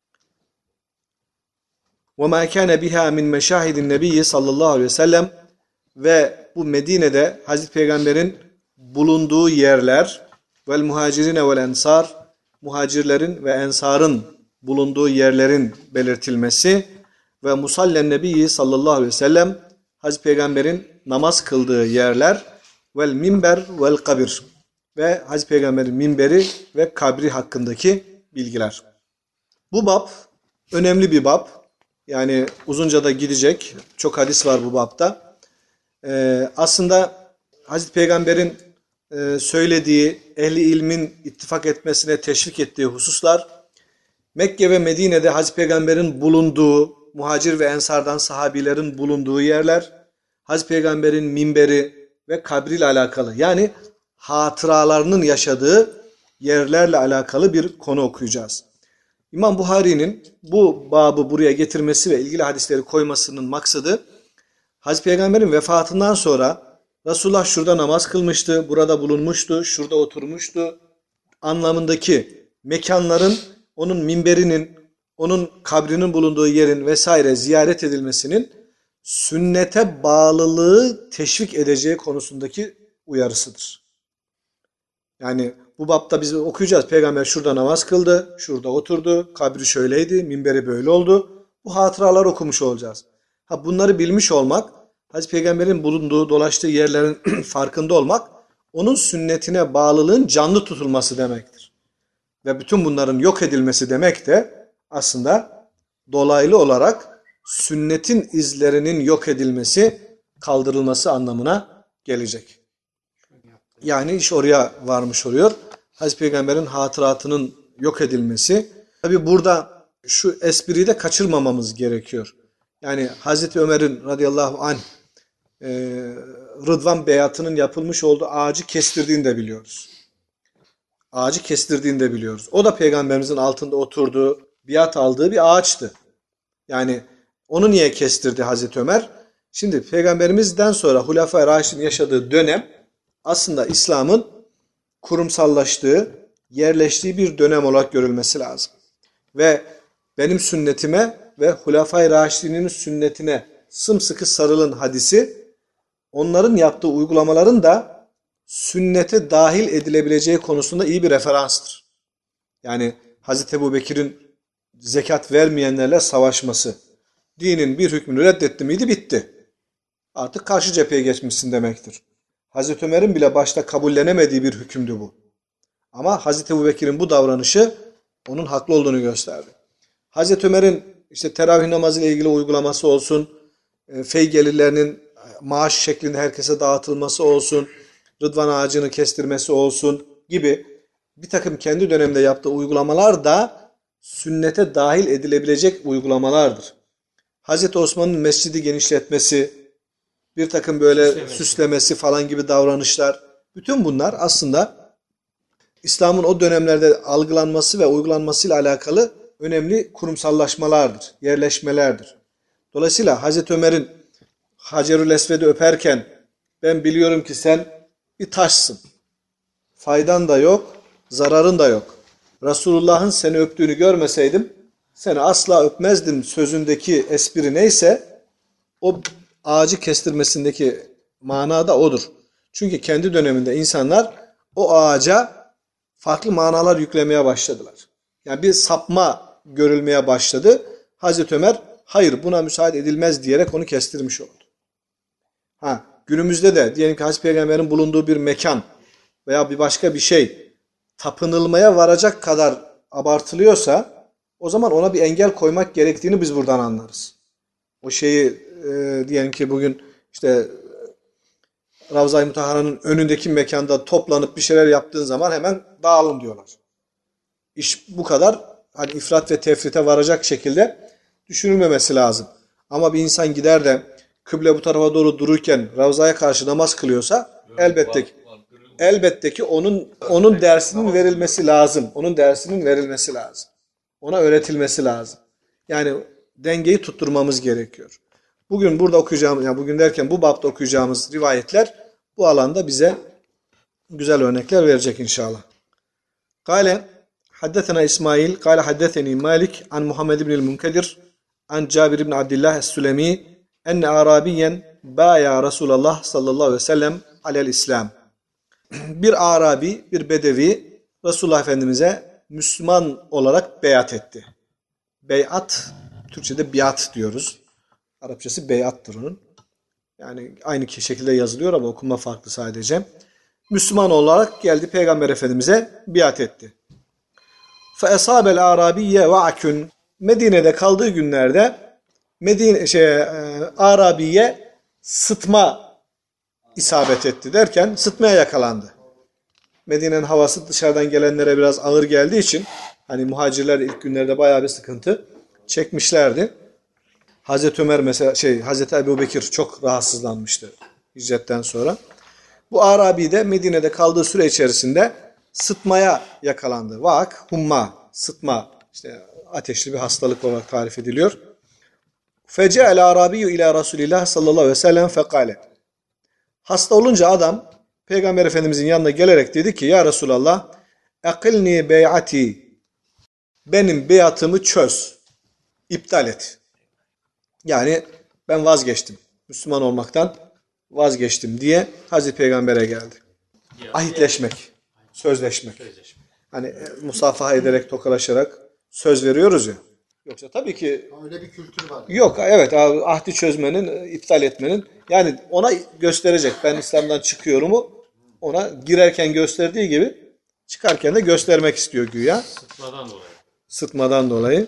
وَمَا كَانَ بِهَا مِنْ مَشَاهِدِ النَّبِيِّ sallallahu aleyhi ve sellem ve bu Medine'de Hazreti Peygamber'in bulunduğu yerler vel muhacirine vel ensar, muhacirlerin ve ensarın bulunduğu yerlerin belirtilmesi ve musallen nebiyyi sallallahu aleyhi ve sellem, Hazreti Peygamber'in namaz kıldığı yerler vel minber vel kabir ve Hazreti Peygamber'in minberi ve kabri hakkındaki bilgiler. Bu bab önemli bir bab. Yani uzunca da gidecek. Çok hadis var bu babda. Ee, aslında Hazreti Peygamber'in e, söylediği, ehli ilmin ittifak etmesine teşvik ettiği hususlar, Mekke ve Medine'de Hazreti Peygamber'in bulunduğu, muhacir ve ensardan sahabilerin bulunduğu yerler, Hazreti Peygamber'in minberi ve kabriyle alakalı, yani hatıralarının yaşadığı yerlerle alakalı bir konu okuyacağız. İmam Buhari'nin bu babı buraya getirmesi ve ilgili hadisleri koymasının maksadı, Hazreti Peygamber'in vefatından sonra Resulullah şurada namaz kılmıştı, burada bulunmuştu, şurada oturmuştu anlamındaki mekanların, onun minberinin, onun kabrinin bulunduğu yerin vesaire ziyaret edilmesinin sünnete bağlılığı teşvik edeceği konusundaki uyarısıdır. Yani bu bapta biz okuyacağız. Peygamber şurada namaz kıldı, şurada oturdu, kabri şöyleydi, minberi böyle oldu. Bu hatıralar okumuş olacağız. Ha, bunları bilmiş olmak, Hazreti Peygamber'in bulunduğu, dolaştığı yerlerin farkında olmak, onun sünnetine bağlılığın canlı tutulması demektir. Ve bütün bunların yok edilmesi demek de aslında dolaylı olarak sünnetin izlerinin yok edilmesi, kaldırılması anlamına gelecek. Yani iş oraya varmış oluyor. Hazreti Peygamber'in hatıratının yok edilmesi. Tabi burada şu espriyi de kaçırmamamız gerekiyor. Yani Hazreti Ömer'in radıyallahu anh e, Rıdvan beyatının yapılmış olduğu ağacı kestirdiğini de biliyoruz. Ağacı kestirdiğini de biliyoruz. O da Peygamberimizin altında oturduğu, biat aldığı bir ağaçtı. Yani onu niye kestirdi Hazreti Ömer? Şimdi Peygamberimizden sonra Hulefai Raşid'in yaşadığı dönem aslında İslam'ın kurumsallaştığı, yerleştiği bir dönem olarak görülmesi lazım. Ve benim sünnetime ve Hulefai Raşid'in sünnetine sımsıkı sarılın hadisi, onların yaptığı uygulamaların da sünnete dahil edilebileceği konusunda iyi bir referanstır. Yani Hazreti Ebubekir'in zekat vermeyenlerle savaşması, dinin bir hükmünü reddetti miydi bitti. Artık karşı cepheye geçmişsin demektir. Hazreti Ömer'in bile başta kabullenemediği bir hükümdü bu. Ama Hazreti Ebubekir'in bu davranışı onun haklı olduğunu gösterdi. Hazreti Ömer'in işte teravih namazı ile ilgili uygulaması olsun, fey gelirlerinin maaş şeklinde herkese dağıtılması olsun, Rıdvan ağacını kestirmesi olsun gibi bir takım kendi döneminde yaptığı uygulamalar da sünnete dahil edilebilecek uygulamalardır. Hazreti Osman'ın mescidi genişletmesi, bir takım böyle süslemesi. süslemesi falan gibi davranışlar, bütün bunlar aslında İslam'ın o dönemlerde algılanması ve uygulanmasıyla alakalı önemli kurumsallaşmalardır, yerleşmelerdir. Dolayısıyla Hazreti Ömer'in Hacerül Esved'i öperken ben biliyorum ki sen bir taşsın. Faydan da yok, zararın da yok. Resulullah'ın seni öptüğünü görmeseydim seni asla öpmezdim sözündeki espri neyse o ağacı kestirmesindeki mana da odur. Çünkü kendi döneminde insanlar o ağaca farklı manalar yüklemeye başladılar. Yani bir sapma görülmeye başladı. Hazreti Ömer hayır buna müsaade edilmez diyerek onu kestirmiş oldu. Ha, günümüzde de diyelim ki Hazreti Peygamber'in bulunduğu bir mekan veya bir başka bir şey tapınılmaya varacak kadar abartılıyorsa o zaman ona bir engel koymak gerektiğini biz buradan anlarız. O şeyi e, diyelim ki bugün işte Ravza-i Mutahhara'nın önündeki mekanda toplanıp bir şeyler yaptığın zaman hemen dağılın diyorlar. İş bu kadar hani ifrat ve tefrite varacak şekilde düşünülmemesi lazım. Ama bir insan gider de kıble bu tarafa doğru dururken Ravza'ya karşı namaz kılıyorsa elbette ki, elbette ki onun onun dersinin verilmesi lazım. Onun dersinin verilmesi lazım. Ona öğretilmesi lazım. Yani dengeyi tutturmamız gerekiyor. Bugün burada okuyacağımız, yani bugün derken bu bapta okuyacağımız rivayetler bu alanda bize güzel örnekler verecek inşallah. Kale haddetena İsmail, kale haddeteni Malik an Muhammed ibn el-Munkadir an Cabir ibn Abdullah es-Sülemi enne Arabiyen baya Resulullah sallallahu aleyhi ve sellem alel İslam. Bir Arabi, bir Bedevi Resulullah Efendimiz'e Müslüman olarak beyat etti. Beyat, Türkçe'de biat diyoruz. Arapçası beyattır onun. Yani aynı şekilde yazılıyor ama okuma farklı sadece. Müslüman olarak geldi Peygamber Efendimiz'e biat etti. فَاَصَابَ الْاَعْرَابِيَّ وَعَكُنْ Medine'de kaldığı günlerde Medine, şey, Arabiye sıtma isabet etti derken sıtmaya yakalandı. Medine'nin havası dışarıdan gelenlere biraz ağır geldiği için hani muhacirler ilk günlerde bayağı bir sıkıntı çekmişlerdi. Hazreti Ömer mesela şey Hazreti Ebubekir çok rahatsızlanmıştı hicretten sonra. Bu Arabi de Medine'de kaldığı süre içerisinde sıtmaya yakalandı. Vak, humma, sıtma işte ateşli bir hastalık olarak tarif ediliyor. Fece'el Arabiyyü ila Resulillah sallallahu aleyhi ve sellem fekale. Hasta olunca adam Peygamber Efendimizin yanına gelerek dedi ki ya Resulallah ekilni beyati benim beyatımı çöz, iptal et. Yani ben vazgeçtim. Müslüman olmaktan vazgeçtim diye Hazreti Peygamber'e geldi. Ahitleşmek, sözleşmek. Hani musafaha ederek, tokalaşarak söz veriyoruz ya. Yoksa tabii ki Öyle bir kültür var. yok evet abi, ahdi çözmenin, iptal etmenin yani ona gösterecek. Ben İslam'dan çıkıyorumu ona girerken gösterdiği gibi çıkarken de göstermek istiyor güya. Sıtmadan dolayı. Sıtmadan dolayı.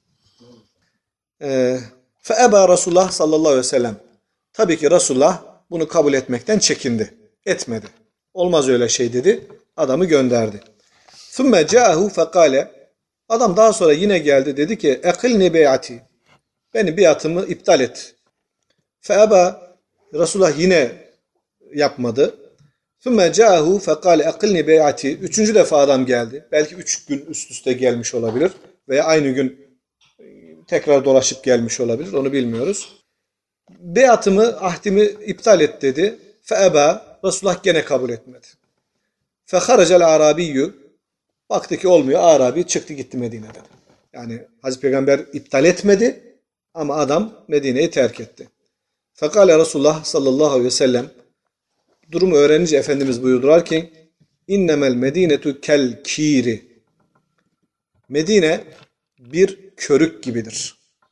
Ee, Feeba Resulullah sallallahu aleyhi ve sellem. Tabii ki Resulullah bunu kabul etmekten çekindi. Etmedi. Olmaz öyle şey dedi. Adamı gönderdi. Thumme ca'ahu fekale. Adam daha sonra yine geldi dedi ki ekilni beyati. Benim biatımı iptal et. Feeba Resulullah yine yapmadı. Thumme ca'ahu fekale ekilni beyati. Üçüncü defa adam geldi. Belki üç gün üst üste gelmiş olabilir. Veya aynı gün tekrar dolaşıp gelmiş olabilir. Onu bilmiyoruz. Beyatımı, ahdimi iptal et dedi. Feeba Resulullah gene kabul etmedi. Feharacel Arabiyyü baktı ki olmuyor. Arabi çıktı gitti Medine'den. Yani Hazreti Peygamber iptal etmedi ama adam Medine'yi terk etti. Fekale Resulullah sallallahu aleyhi ve sellem durumu öğrenince Efendimiz buyurdular ki innemel medinetu kel kiri. Medine bir körük gibidir.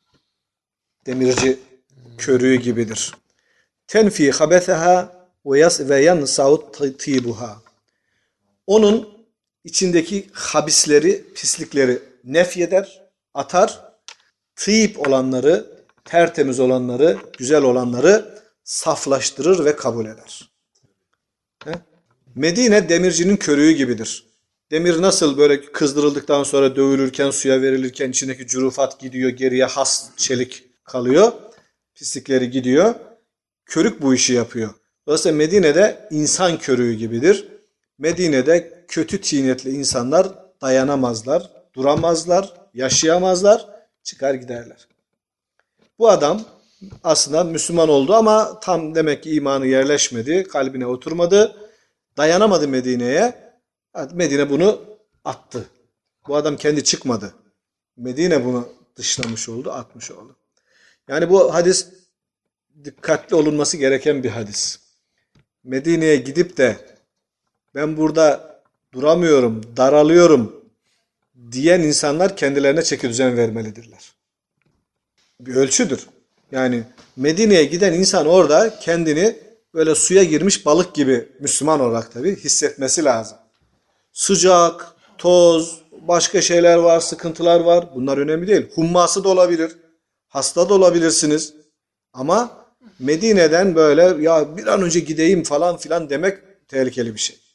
Demirci körüğü gibidir. Tenfi habeseha ve yansa'u tibuha. Onun içindeki habisleri, pislikleri nefyeder, atar. Tıyip olanları, tertemiz olanları, güzel olanları saflaştırır ve kabul eder. He? Medine demircinin körüğü gibidir. Demir nasıl böyle kızdırıldıktan sonra dövülürken, suya verilirken içindeki cürufat gidiyor, geriye has çelik kalıyor. Pislikleri gidiyor. Körük bu işi yapıyor. Dolayısıyla Medine'de insan körüğü gibidir. Medine'de kötü tinetli insanlar dayanamazlar, duramazlar, yaşayamazlar, çıkar giderler. Bu adam aslında Müslüman oldu ama tam demek ki imanı yerleşmedi, kalbine oturmadı, dayanamadı Medine'ye. Medine bunu attı. Bu adam kendi çıkmadı. Medine bunu dışlamış oldu, atmış oldu. Yani bu hadis dikkatli olunması gereken bir hadis. Medine'ye gidip de ben burada duramıyorum, daralıyorum diyen insanlar kendilerine çekidüzen vermelidirler. Bir ölçüdür. Yani Medine'ye giden insan orada kendini böyle suya girmiş balık gibi Müslüman olarak tabii hissetmesi lazım. Sıcak, toz, başka şeyler var, sıkıntılar var. Bunlar önemli değil. Humması da olabilir. Hasta da olabilirsiniz. Ama Medine'den böyle ya bir an önce gideyim falan filan demek tehlikeli bir şey.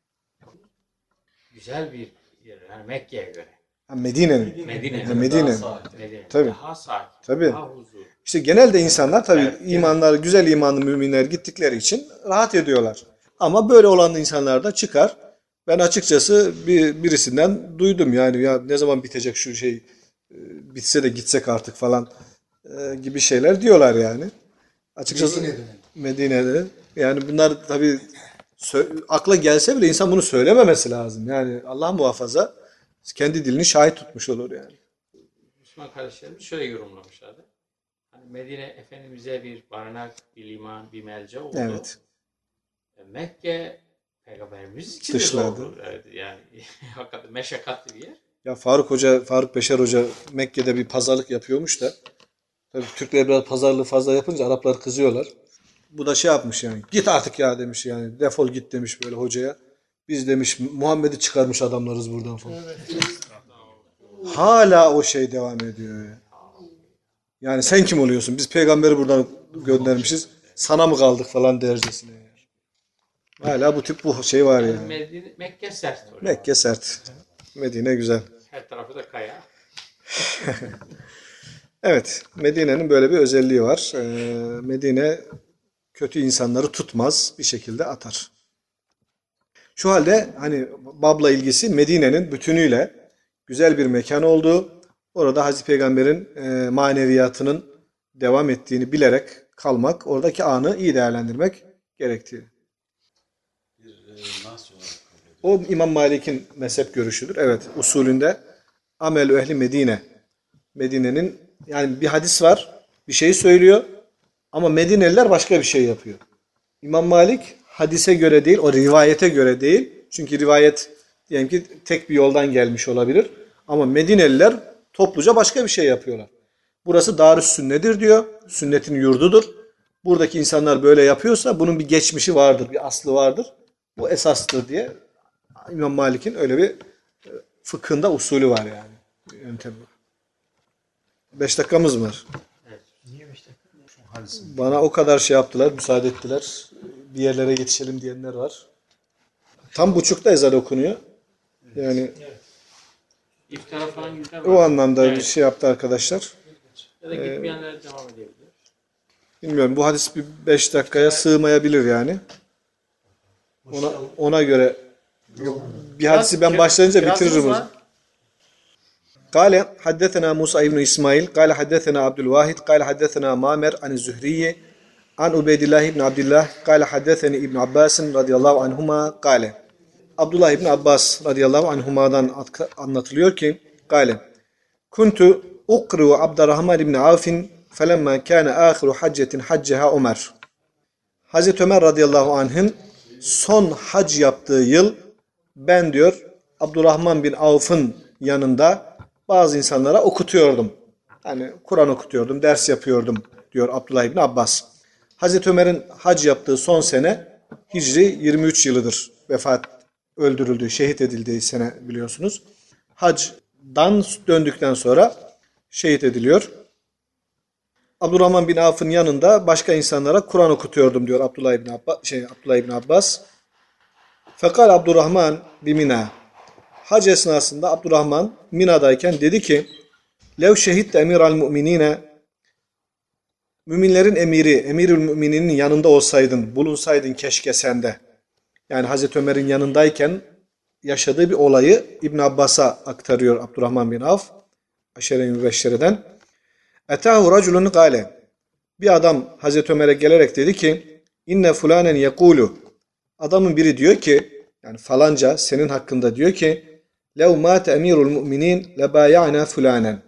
Güzel bir yer. Yani Mekke'ye göre. Ha, Medine'nin. Medine. Ha, Medine. Medine. Tabii. Daha sakin. Tabii. Daha huzur. İşte genelde insanlar tabii Evet, imanları, güzel imanlı müminler gittikleri için rahat ediyorlar. Ama böyle olan insanlar da çıkar. Ben açıkçası bir, birisinden duydum yani ya ne zaman bitecek şu şey, e, bitse de gitsek artık falan e, gibi şeyler diyorlar yani. Açıkçası Medine'de mi? Medine'de. Yani bunlar tabii sö- akla gelse bile insan bunu söylememesi lazım. Yani Allah muhafaza kendi dilini şahit tutmuş olur yani. Müslüman kardeşlerimiz şöyle yorumlamışlardı. Hani Medine Efendimiz'e bir barınak, bir liman, bir melce oldu. Evet. E, Mekke Peygamberimiz için de Dışladı. zordu. Evet, yani hakikaten meşakkatli bir yer. Ya Faruk Hoca, Faruk Beşer Hoca Mekke'de bir pazarlık yapıyormuş da tabii Türkler biraz pazarlığı fazla yapınca Araplar kızıyorlar. Bu da şey yapmış yani. Git artık ya demiş yani. Defol git demiş böyle hocaya. Biz demiş Muhammed'i çıkarmış adamlarız buradan falan. Hala o şey devam ediyor ya. Yani sen kim oluyorsun? Biz peygamberi buradan göndermişiz. Sana mı kaldık falan dercesine. Yani. Hala bu tip bu şey var Yani yani. Medine, Mekke sert orada. Mekke sert. Medine güzel. Her tarafı da kaya. Evet, Medine'nin böyle bir özelliği var. Ee, Medine kötü insanları tutmaz, bir şekilde atar. Şu halde hani Bab'la ilgisi Medine'nin bütünüyle güzel bir mekan olduğu, orada Hazreti Peygamber'in e, maneviyatının devam ettiğini bilerek kalmak, oradaki anı iyi değerlendirmek gerektiği. Bir e, nas olarak kabul ediyor. O İmam Malik'in mezhep görüşüdür. Evet, usulünde amelü ehli Medine. Medine'nin yani bir hadis var, bir şey söylüyor ama Medineliler başka bir şey yapıyor. İmam Malik hadise göre değil, o rivayete göre değil. Çünkü rivayet diyelim ki tek bir yoldan gelmiş olabilir. Ama Medineliler topluca başka bir şey yapıyorlar. Burası Darüs Sünnedir diyor. Sünnetin yurdudur. Buradaki insanlar böyle yapıyorsa bunun bir geçmişi vardır, bir aslı vardır. Bu esastır diye İmam Malik'in öyle bir fıkhında usulü var yani. Yöntemi var. Beş dakikamız mı var? Bana o kadar şey yaptılar, müsaade ettiler. Bir yerlere yetişelim diyenler var. Tam buçukta ezan okunuyor. Yani İftara falan gider o var. anlamda bir Evet. şey yaptı arkadaşlar. Ya da gitmeyenler devam edebilir. Bilmiyorum bu hadis bir beş dakikaya sığmayabilir yani. Ona ona göre yok, bir hadisi ben başlayınca bitiririm. قال حدثنا موسى بن إسماعيل قال حدثنا عبد الواحد قال حدثنا مامر عن الزهري عن عبيد الله بن عبد الله قال حدثني ابن عباس رضي الله عنهما قال Abdullah İbni Abbas radıyallahu anhuma'dan anlatılıyor ki قال كنت أقرأ عبد الرحمن بن عوف فلما كان آخر حجة حجها Ömer. Hazreti Ömer radıyallahu anh'ın son hac yaptığı yıl ben diyor Abdurrahman bin Avf'ın yanında bazı insanlara okutuyordum. Hani Kur'an okutuyordum, ders yapıyordum diyor Abdullah İbni Abbas. Hazreti Ömer'in hac yaptığı son sene Hicri yirmi üç yılıdır. Vefat, öldürüldüğü, şehit edildiği sene biliyorsunuz. Hacdan döndükten sonra şehit ediliyor. Abdurrahman bin Avf'ın yanında başka insanlara Kur'an okutuyordum diyor Abdullah İbni Abbas. Şey, Abdullah İbni Abbas. Fekal Abdurrahman bimina. Hac esnasında Abdurrahman Mina'dayken dedi ki Lev şehit emiral mu'minine müminlerin emiri, emirül mümininin yanında olsaydın, bulunsaydın keşke sende. Yani Hazreti Ömer'in yanındayken yaşadığı bir olayı İbn Abbas'a aktarıyor Abdurrahman bin Avf. Aşere-i Mübeşşere'den. Etahu raculun gale. Bir adam Hazreti Ömer'e gelerek dedi ki inne fulanen yekulu. Adamın biri diyor ki yani falanca senin hakkında diyor ki lev mâte emirul mu'minin lebâya'na fulanen.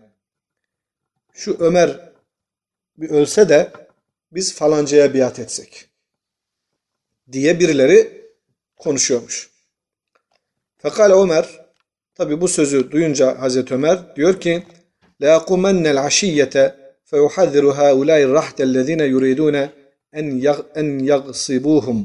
Şu Ömer bir ölse de biz falancaya biat etsek diye birileri konuşuyormuş. Fekale Ömer tabi bu sözü duyunca Hazreti Ömer diyor ki لَاقُمَنَّ الْعَشِيَّةَ فَيُحَذِّرُ هَاُولَٰئِ الرَّحْتَ الَّذ۪ينَ يُرِيدُونَ اَنْ يَغْصِبُوهُمْ.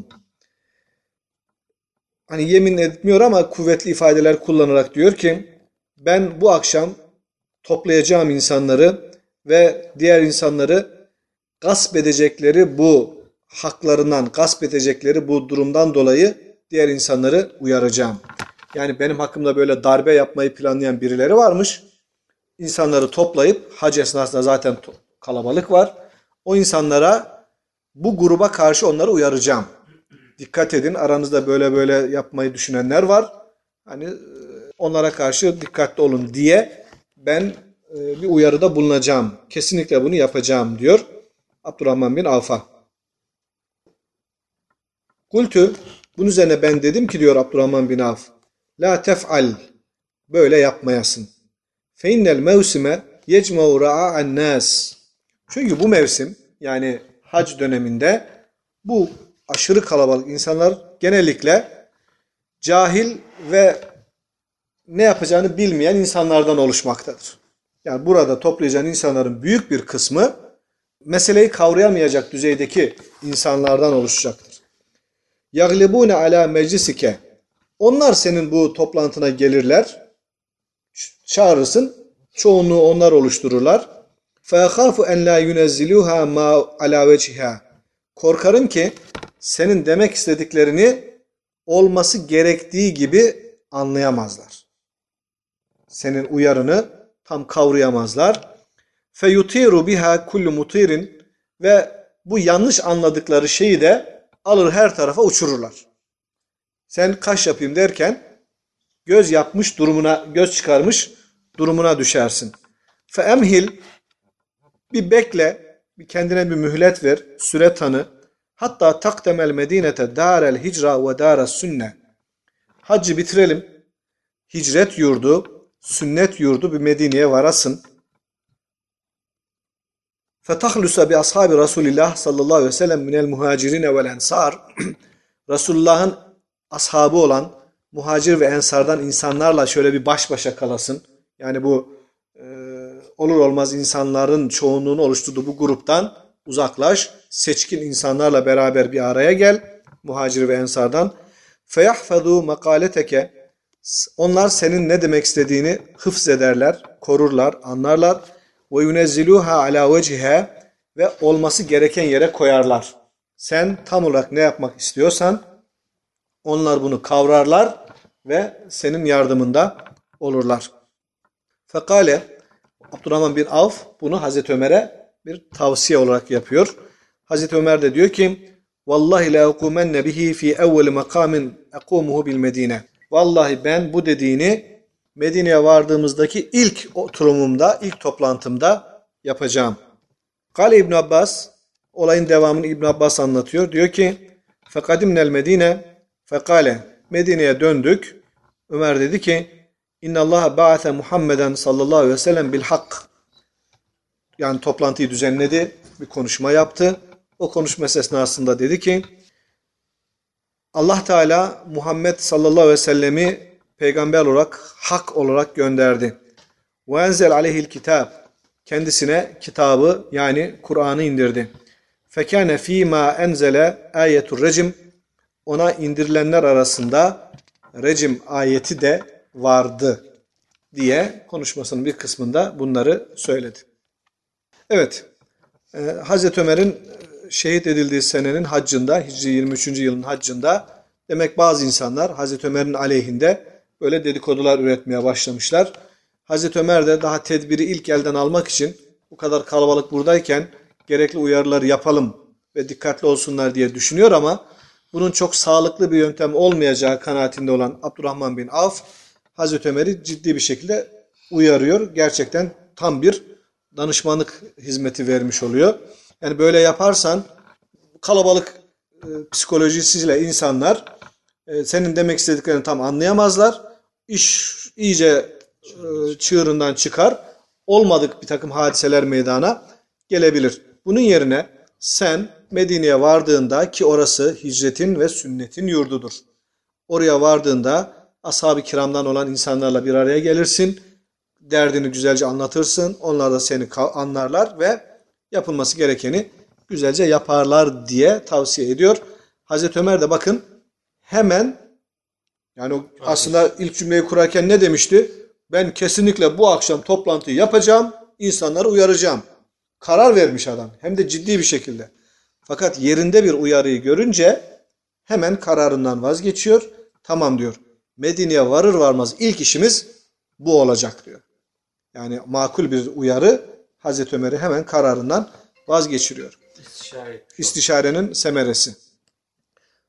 Hani yemin etmiyor ama kuvvetli ifadeler kullanarak diyor ki ben bu akşam toplayacağım insanları ve diğer insanları gasp edecekleri bu haklarından, gasp edecekleri bu durumdan dolayı diğer insanları uyaracağım. Yani benim hakkımda böyle darbe yapmayı planlayan birileri varmış. İnsanları toplayıp hac esnasında zaten kalabalık var. O insanlara bu gruba karşı onları uyaracağım dikkat edin, aranızda böyle böyle yapmayı düşünenler var. Hani onlara karşı dikkatli olun diye ben bir uyarıda bulunacağım. Kesinlikle bunu yapacağım diyor Abdurrahman bin Avf'a. Kultu, bunun üzerine ben dedim ki diyor Abdurrahman bin Avf, la tef'al, böyle yapmayasın. Fe innel mevsime yecma'u ra'a'an nas. Çünkü bu mevsim, yani hac döneminde bu aşırı kalabalık insanlar genellikle cahil ve ne yapacağını bilmeyen insanlardan oluşmaktadır. Yani burada toplayacağın insanların büyük bir kısmı meseleyi kavrayamayacak düzeydeki insanlardan oluşacaktır. Yaglibune ala meclisike. Onlar senin bu toplantına gelirler. Çağırırsın. Çoğunluğu onlar oluştururlar. فَيَخَافُ اَنْ لَا يُنَزِّلُوهَا مَا عَلَى وَجْهِهَا. Korkarım ki senin demek istediklerini olması gerektiği gibi anlayamazlar. Senin uyarını tam kavrayamazlar. فَيُطِيرُ بِهَا كُلُّ مُطِيرٍ. Ve bu yanlış anladıkları şeyi de alır her tarafa uçururlar. Sen kaş yapayım derken göz yapmış durumuna, göz çıkarmış durumuna düşersin. فَاَمْهِلْ. Bir bekle, bir kendine bir mühlet ver, süre tanı. Hatta takdemel medinete darel hicra ve dares sünne. Haccı bitirelim. Hicret yurdu, sünnet yurdu bir Medine'ye varasın. Fetahlusa bi ashabi Resulillah sallallahu aleyhi ve sellem minel muhacirine vel ensar. Resulullah'ın ashabı olan muhacir ve ensardan insanlarla şöyle bir baş başa kalasın. Yani bu e, olur olmaz insanların çoğunluğunu oluşturduğu bu gruptan uzaklaş. Seçkin insanlarla beraber bir araya gel. Muhacir ve ensardan. Feyahfezû makaleteke. Onlar senin ne demek istediğini hıfz ederler, korurlar, anlarlar. Ve yunezziluha ala veciha. Ve olması gereken yere koyarlar. Sen tam olarak ne yapmak istiyorsan onlar bunu kavrarlar ve senin yardımında olurlar. Fekale, Abdurrahman bin Avf bunu Hazreti Ömer'e bir tavsiye olarak yapıyor. Hazreti Ömer de diyor ki, Vallahi la ekumenne bihi fi evveli makamin ekumuhu bil Medine. Vallahi ben bu dediğini Medine'ye vardığımızdaki ilk oturumumda, ilk toplantımda yapacağım. Kale İbn Abbas, olayın devamını İbn Abbas anlatıyor. Diyor ki, fekadimnel Medine, fekale, Medine'ye döndük. Ömer dedi ki, İnna Allah ba'ate Muhammeden sallallahu aleyhi ve sellem bil hak. Yani toplantıyı düzenledi, bir konuşma yaptı. O konuşma esnasında dedi ki, Allah Teala Muhammed sallallahu aleyhi ve sellemi peygamber olarak, hak olarak gönderdi. Ve enzel aleyhil kitab. Kendisine kitabı yani Kur'an'ı indirdi. Fekâne fîmâ enzele âyetur recim. Ona indirilenler arasında recim ayeti de vardı diye konuşmasının bir kısmında bunları söyledi. Evet, e, Hazreti Ömer'in şehit edildiği senenin haccında, Hicri yirmi üçüncü yılın haccında demek bazı insanlar Hazreti Ömer'in aleyhinde böyle dedikodular üretmeye başlamışlar. Hazreti Ömer de daha tedbiri ilk elden almak için bu kadar kalabalık buradayken gerekli uyarıları yapalım ve dikkatli olsunlar diye düşünüyor ama bunun çok sağlıklı bir yöntem olmayacağı kanaatinde olan Abdurrahman bin Avf, Hazreti Ömer'i ciddi bir şekilde uyarıyor. Gerçekten tam bir danışmanlık hizmeti vermiş oluyor. Yani böyle yaparsan kalabalık e, psikolojisiyle insanlar e, senin demek istediklerini tam anlayamazlar. İş iyice e, çığırından çıkar. Olmadık bir takım hadiseler meydana gelebilir. Bunun yerine sen Medine'ye vardığında ki orası hicretin ve sünnetin yurdudur. Oraya vardığında ashab-ı kiramdan olan insanlarla bir araya gelirsin. Derdini güzelce anlatırsın. Onlar da seni anlarlar ve yapılması gerekeni güzelce yaparlar diye tavsiye ediyor. Hazreti Ömer de bakın hemen yani o aslında ilk cümleyi kurarken ne demişti? Ben kesinlikle bu akşam toplantıyı yapacağım, insanları uyaracağım. Karar vermiş adam. Hem de ciddi bir şekilde. Fakat yerinde bir uyarıyı görünce hemen kararından vazgeçiyor. Tamam diyor. Medine'ye varır varmaz ilk işimiz bu olacak diyor. Yani makul bir uyarı Hazreti Ömer'i hemen kararından vazgeçiriyor. İstişare. İstişarenin semeresi.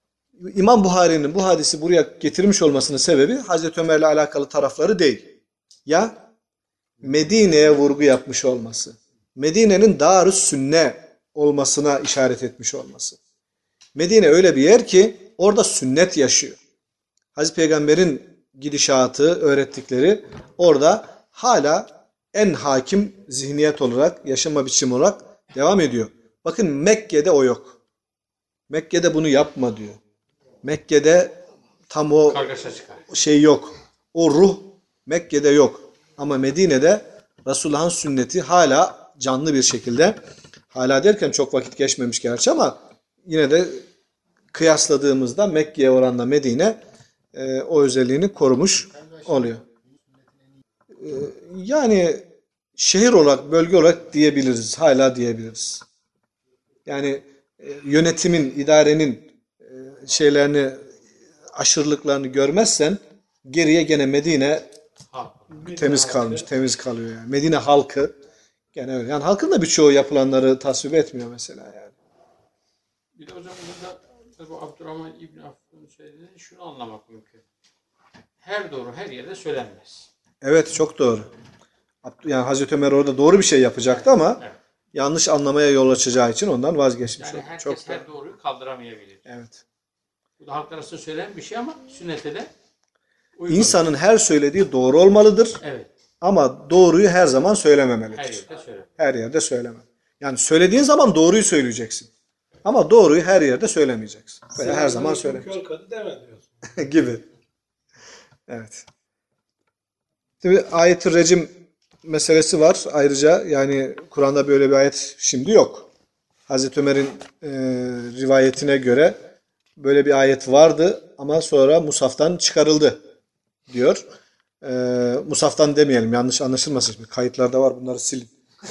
İmam Buhari'nin bu hadisi buraya getirmiş olmasının sebebi Hazreti Ömer'le alakalı tarafları değil. Ya Medine'ye vurgu yapmış olması. Medine'nin Darü's Sünne olmasına işaret etmiş olması. Medine öyle bir yer ki orada sünnet yaşıyor. Hazreti Peygamber'in gidişatı, öğrettikleri orada hala en hakim zihniyet olarak, yaşama biçimi olarak devam ediyor. Bakın Mekke'de o yok. Mekke'de bunu yapma diyor. Mekke'de tam o Kargaşa çıkar. şey yok. O ruh Mekke'de yok. Ama Medine'de Resulullah'ın sünneti hala canlı bir şekilde, hala derken çok vakit geçmemiş gerçi ama yine de kıyasladığımızda Mekke'ye oranla Medine e, o özelliğini korumuş oluyor. E, yani şehir olarak, bölge olarak diyebiliriz. Hala diyebiliriz. Yani e, yönetimin, idarenin e, şeylerini, aşırılıklarını görmezsen geriye gene Medine Ha. temiz kalmış, temiz kalıyor yani. Medine halkı gene öyle. Yani halkın da birçoğu yapılanları tasvip etmiyor mesela yani. Bir de hocam burada tabii Abdurrahman İbni Aff'ın söylediğini şunu anlamak mümkün. Her doğru her yerde söylenmez. Evet, çok doğru. Yani Hazreti Ömer orada doğru bir şey yapacaktı ama Evet. yanlış anlamaya yol açacağı için ondan vazgeçmiş Yani oldu. herkes Çok doğru. her doğruyu kaldıramayabilir. Evet. Bu da halk arasında söylenen bir şey ama sünnete de uygun. İnsanın her söylediği doğru olmalıdır Evet. ama doğruyu her zaman Her söylememelidir. yerde söylenir. Her yerde söyleme. Yani söylediğin zaman doğruyu söyleyeceksin. Ama doğruyu her yerde söylemeyeceksin. Veya her zaman söylemeyeceksin. Kör kadı deme diyorsun. gibi. Evet. Şimdi ayet-i recim meselesi var. Ayrıca yani Kur'an'da böyle bir ayet şimdi yok. Hazreti Ömer'in e, rivayetine göre böyle bir ayet vardı ama sonra Musaf'tan çıkarıldı diyor. E, Musaf'tan demeyelim, yanlış anlaşılmasın. Şimdi kayıtlarda var, bunları silin.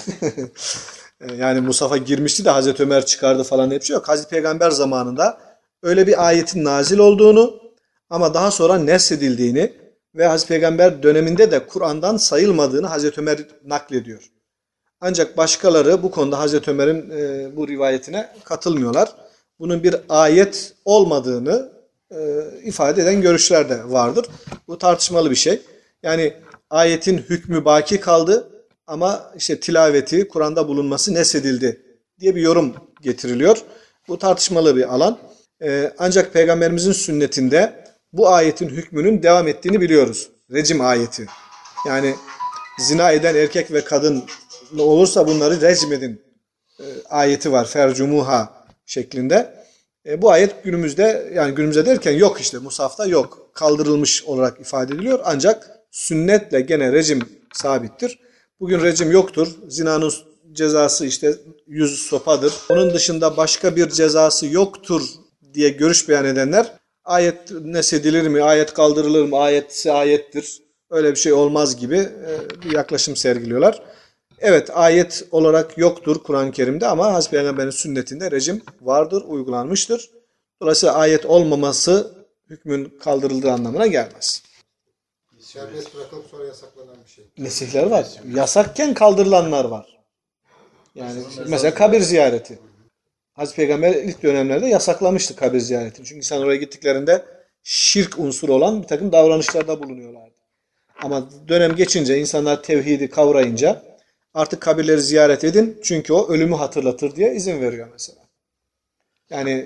E, yani Musaf'a girmişti de Hazreti Ömer çıkardı falan diye bir şey yok. Hazreti Peygamber zamanında öyle bir ayetin nazil olduğunu ama daha sonra nesedildiğini ve Hazreti Peygamber döneminde de Kur'an'dan sayılmadığını Hazreti Ömer naklediyor. Ancak başkaları bu konuda Hazreti Ömer'in e, bu rivayetine katılmıyorlar. Bunun bir ayet olmadığını e, ifade eden görüşler de vardır. Bu tartışmalı bir şey. Yani ayetin hükmü baki kaldı ama işte tilaveti, Kur'an'da bulunması nesedildi diye bir yorum getiriliyor. Bu tartışmalı bir alan. E, ancak Peygamberimizin sünnetinde bu ayetin hükmünün devam ettiğini biliyoruz. Recim ayeti. Yani zina eden erkek ve kadın olursa bunları recm edin e, ayeti var. Fercumuha şeklinde. E, bu ayet günümüzde, yani günümüzde derken yok işte. Musaf'ta yok. Kaldırılmış olarak ifade ediliyor. Ancak sünnetle gene recim sabittir. Bugün recim yoktur. Zinanın cezası işte yüz sopadır. Onun dışında başka bir cezası yoktur diye görüş beyan edenler, ayet nesedilir mi, ayet kaldırılır mı, ayetse ayettir, öyle bir şey olmaz gibi bir yaklaşım sergiliyorlar. Evet, ayet olarak yoktur Kur'an-ı Kerim'de ama Hazreti Peygamber'in sünnetinde rejim vardır, uygulanmıştır. Dolayısıyla ayet olmaması hükmün kaldırıldığı anlamına gelmez. Serbest bırakılıp sonra yasaklanan bir şey. Nesihler var. Yasakken kaldırılanlar var. Yani mesela kabir ziyareti. Hazreti Peygamber ilk dönemlerde yasaklamıştı kabir ziyaretini. Çünkü insan oraya gittiklerinde şirk unsuru olan bir takım davranışlarda bulunuyorlardı. Ama dönem geçince, insanlar tevhidi kavrayınca artık kabirleri ziyaret edin çünkü o ölümü hatırlatır diye izin veriyor mesela. Yani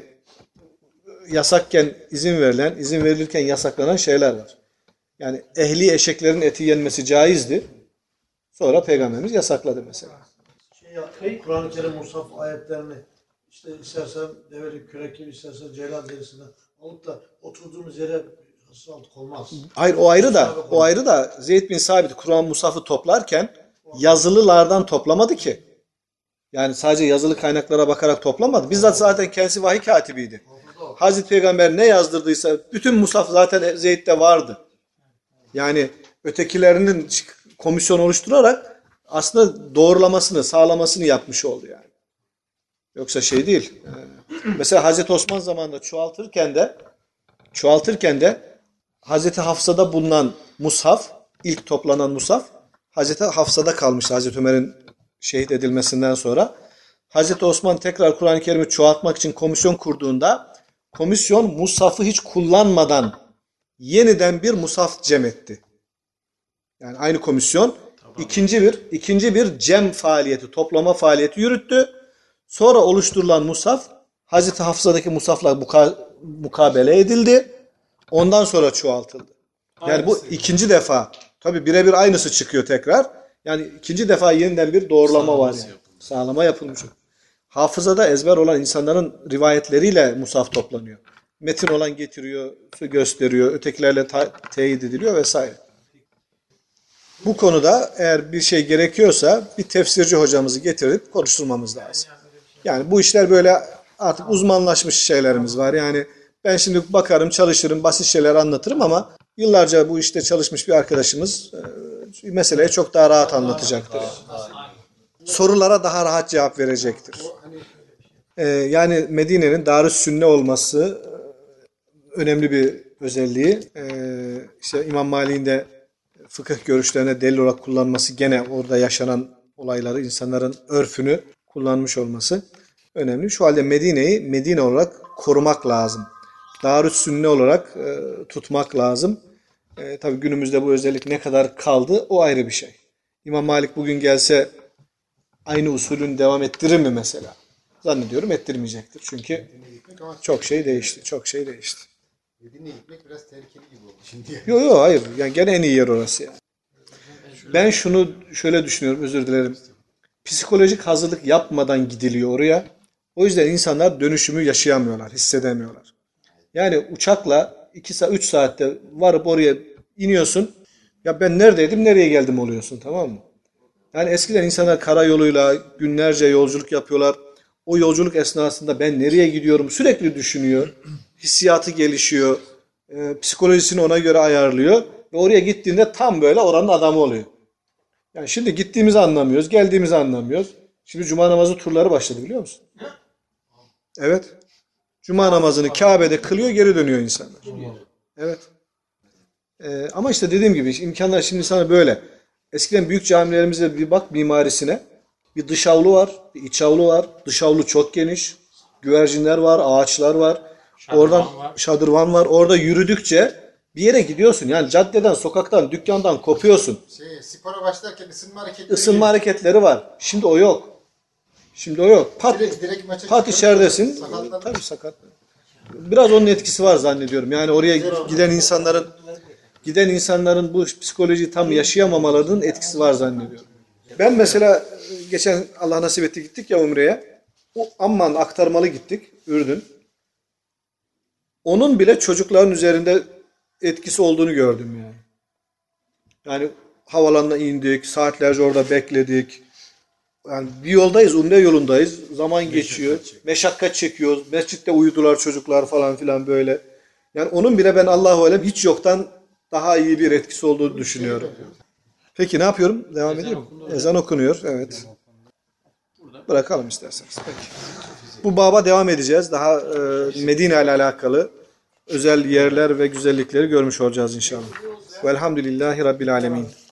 yasakken izin verilen, izin verilirken yasaklanan şeyler var. Yani ehli eşeklerin eti yenmesi caizdi. Sonra Peygamberimiz yasakladı mesela. Şey ya, Kur'an-ı Kerim Musaf ayetlerini işte istersen develi kürek gibi, istersen ceylan derisine alıp da oturduğumuz yere hasır aldık olmaz. Hayır, o ayrı da, o ayrı da Zeyd bin Sabit Kur'an Musaf'ı toplarken yazılılardan toplamadı ki. Yani sadece yazılı kaynaklara bakarak toplamadı. Bizzat zaten kendisi vahiy katibiydi. Hazreti Peygamber ne yazdırdıysa bütün Musaf zaten Zeyd'de vardı. Yani ötekilerinin komisyon oluşturarak aslında doğrulamasını, sağlamasını yapmış oldu yani. Yoksa şey değil. Mesela Hazreti Osman zamanında çoğaltırken de çoğaltırken de Hazreti Hafsa'da bulunan mushaf, ilk toplanan mushaf Hazreti Hafsa'da kalmıştı Hazreti Ömer'in şehit edilmesinden sonra. Hazreti Osman tekrar Kur'an-ı Kerim'i çoğaltmak için komisyon kurduğunda komisyon mushafı hiç kullanmadan yeniden bir mushaf cem etti. Yani aynı komisyon ikinci bir ikinci bir cem faaliyeti, toplama faaliyeti yürüttü. Sonra oluşturulan mushaf Hazreti Hafsa'daki mushafla muka, mukabele edildi. Ondan sonra çoğaltıldı. Yani bu ikinci defa. Tabi birebir aynısı çıkıyor tekrar. Yani ikinci defa yeniden bir doğrulama var yani. Sağlama yapılmış. Hafızada ezber olan insanların rivayetleriyle mushaf toplanıyor. Metin olan getiriyor, gösteriyor, ötekilerle ta- teyit ediliyor vesaire. Bu konuda eğer bir şey gerekiyorsa bir tefsirci hocamızı getirip konuşturmamız lazım. Yani bu işler böyle artık uzmanlaşmış şeylerimiz var. Yani ben şimdi bakarım, çalışırım, basit şeyler anlatırım ama yıllarca bu işte çalışmış bir arkadaşımız e, meseleyi çok daha rahat anlatacaktır. Sorulara daha rahat cevap verecektir. E, yani Medine'nin Darüssünne olması e, önemli bir özelliği. E, işte İmam Malik'in de fıkıh görüşlerine delil olarak kullanması, gene orada yaşanan olayları, insanların örfünü kullanmış olması önemli. Şu halde Medine'yi Medine olarak korumak lazım. Darüssünne olarak e, tutmak lazım. E, tabii günümüzde bu özellik ne kadar kaldı o ayrı bir şey. İmam Malik bugün gelse aynı usulün devam ettirir mi mesela? Zannediyorum ettirmeyecektir. Çünkü çok şey değişti. Çok şey değişti. Medine'ye gitmek biraz tehlikeli gibi oldu şimdi. Yok yok hayır. Yani gene en iyi yer orası yani. Ben şunu şöyle düşünüyorum, özür dilerim. Psikolojik hazırlık yapmadan gidiliyor oraya. O yüzden insanlar dönüşümü yaşayamıyorlar, hissedemiyorlar. Yani uçakla iki saat, üç saatte varıp oraya iniyorsun. Ya ben neredeydim, nereye geldim oluyorsun, tamam mı? Yani eskiden insanlar karayoluyla günlerce yolculuk yapıyorlar. O yolculuk esnasında ben nereye gidiyorum sürekli düşünüyor. Hissiyatı gelişiyor. E, psikolojisini ona göre ayarlıyor. Ve oraya gittiğinde tam böyle oranın adamı oluyor. Yani şimdi gittiğimizi anlamıyoruz, geldiğimizi anlamıyoruz. Şimdi cuma namazı turları başladı biliyor musun? Evet. Cuma namazını Kabe'de kılıyor, geri dönüyor insanlar. Evet. Ee, ama işte dediğim gibi imkanlar şimdi sana böyle. Eskiden büyük camilerimizde bir bak mimarisine. Bir dış avlu var, bir iç avlu var. Dış avlu çok geniş. Güvercinler var, ağaçlar var. Şadırvan Oradan var. şadırvan var. Orada yürüdükçe bir yere gidiyorsun. Yani caddeden, sokaktan, dükkandan kopuyorsun. Şey, spora başlarken ısınma hareketleri. Isınma hareketleri var. Şimdi o yok. Şimdi o yok. Pat, Direkt, direkt maça pat çıkıp içeridesin. sakatlanır. Tabii sakat. Biraz onun etkisi var zannediyorum. Yani oraya giden insanların giden insanların bu psikolojiyi tam yaşayamamalarının etkisi var zannediyorum. Ben mesela geçen Allah nasip etti gittik ya Umre'ye. O Amman aktarmalı gittik. Ürdün. Onun bile çocukların üzerinde etkisi olduğunu gördüm yani. Yani havalanına indik, saatlerce orada bekledik. Yani bir yoldayız, umre yolundayız. Zaman geçiyor. Meşakkat çekiyoruz. Mescitte uyudular çocuklar falan filan böyle. Yani onun bile ben Allahu alem hiç yoktan daha iyi bir etkisi olduğunu düşünüyorum. Peki ne yapıyorum? Devam edeyim mi? Ezan okunuyor. Evet. Bırakalım isterseniz. Peki. Bu baba devam edeceğiz. Daha e, Medine ile alakalı özel yerler ve güzellikleri görmüş olacağız inşallah. Velhamdülillahi Rabbil alemin.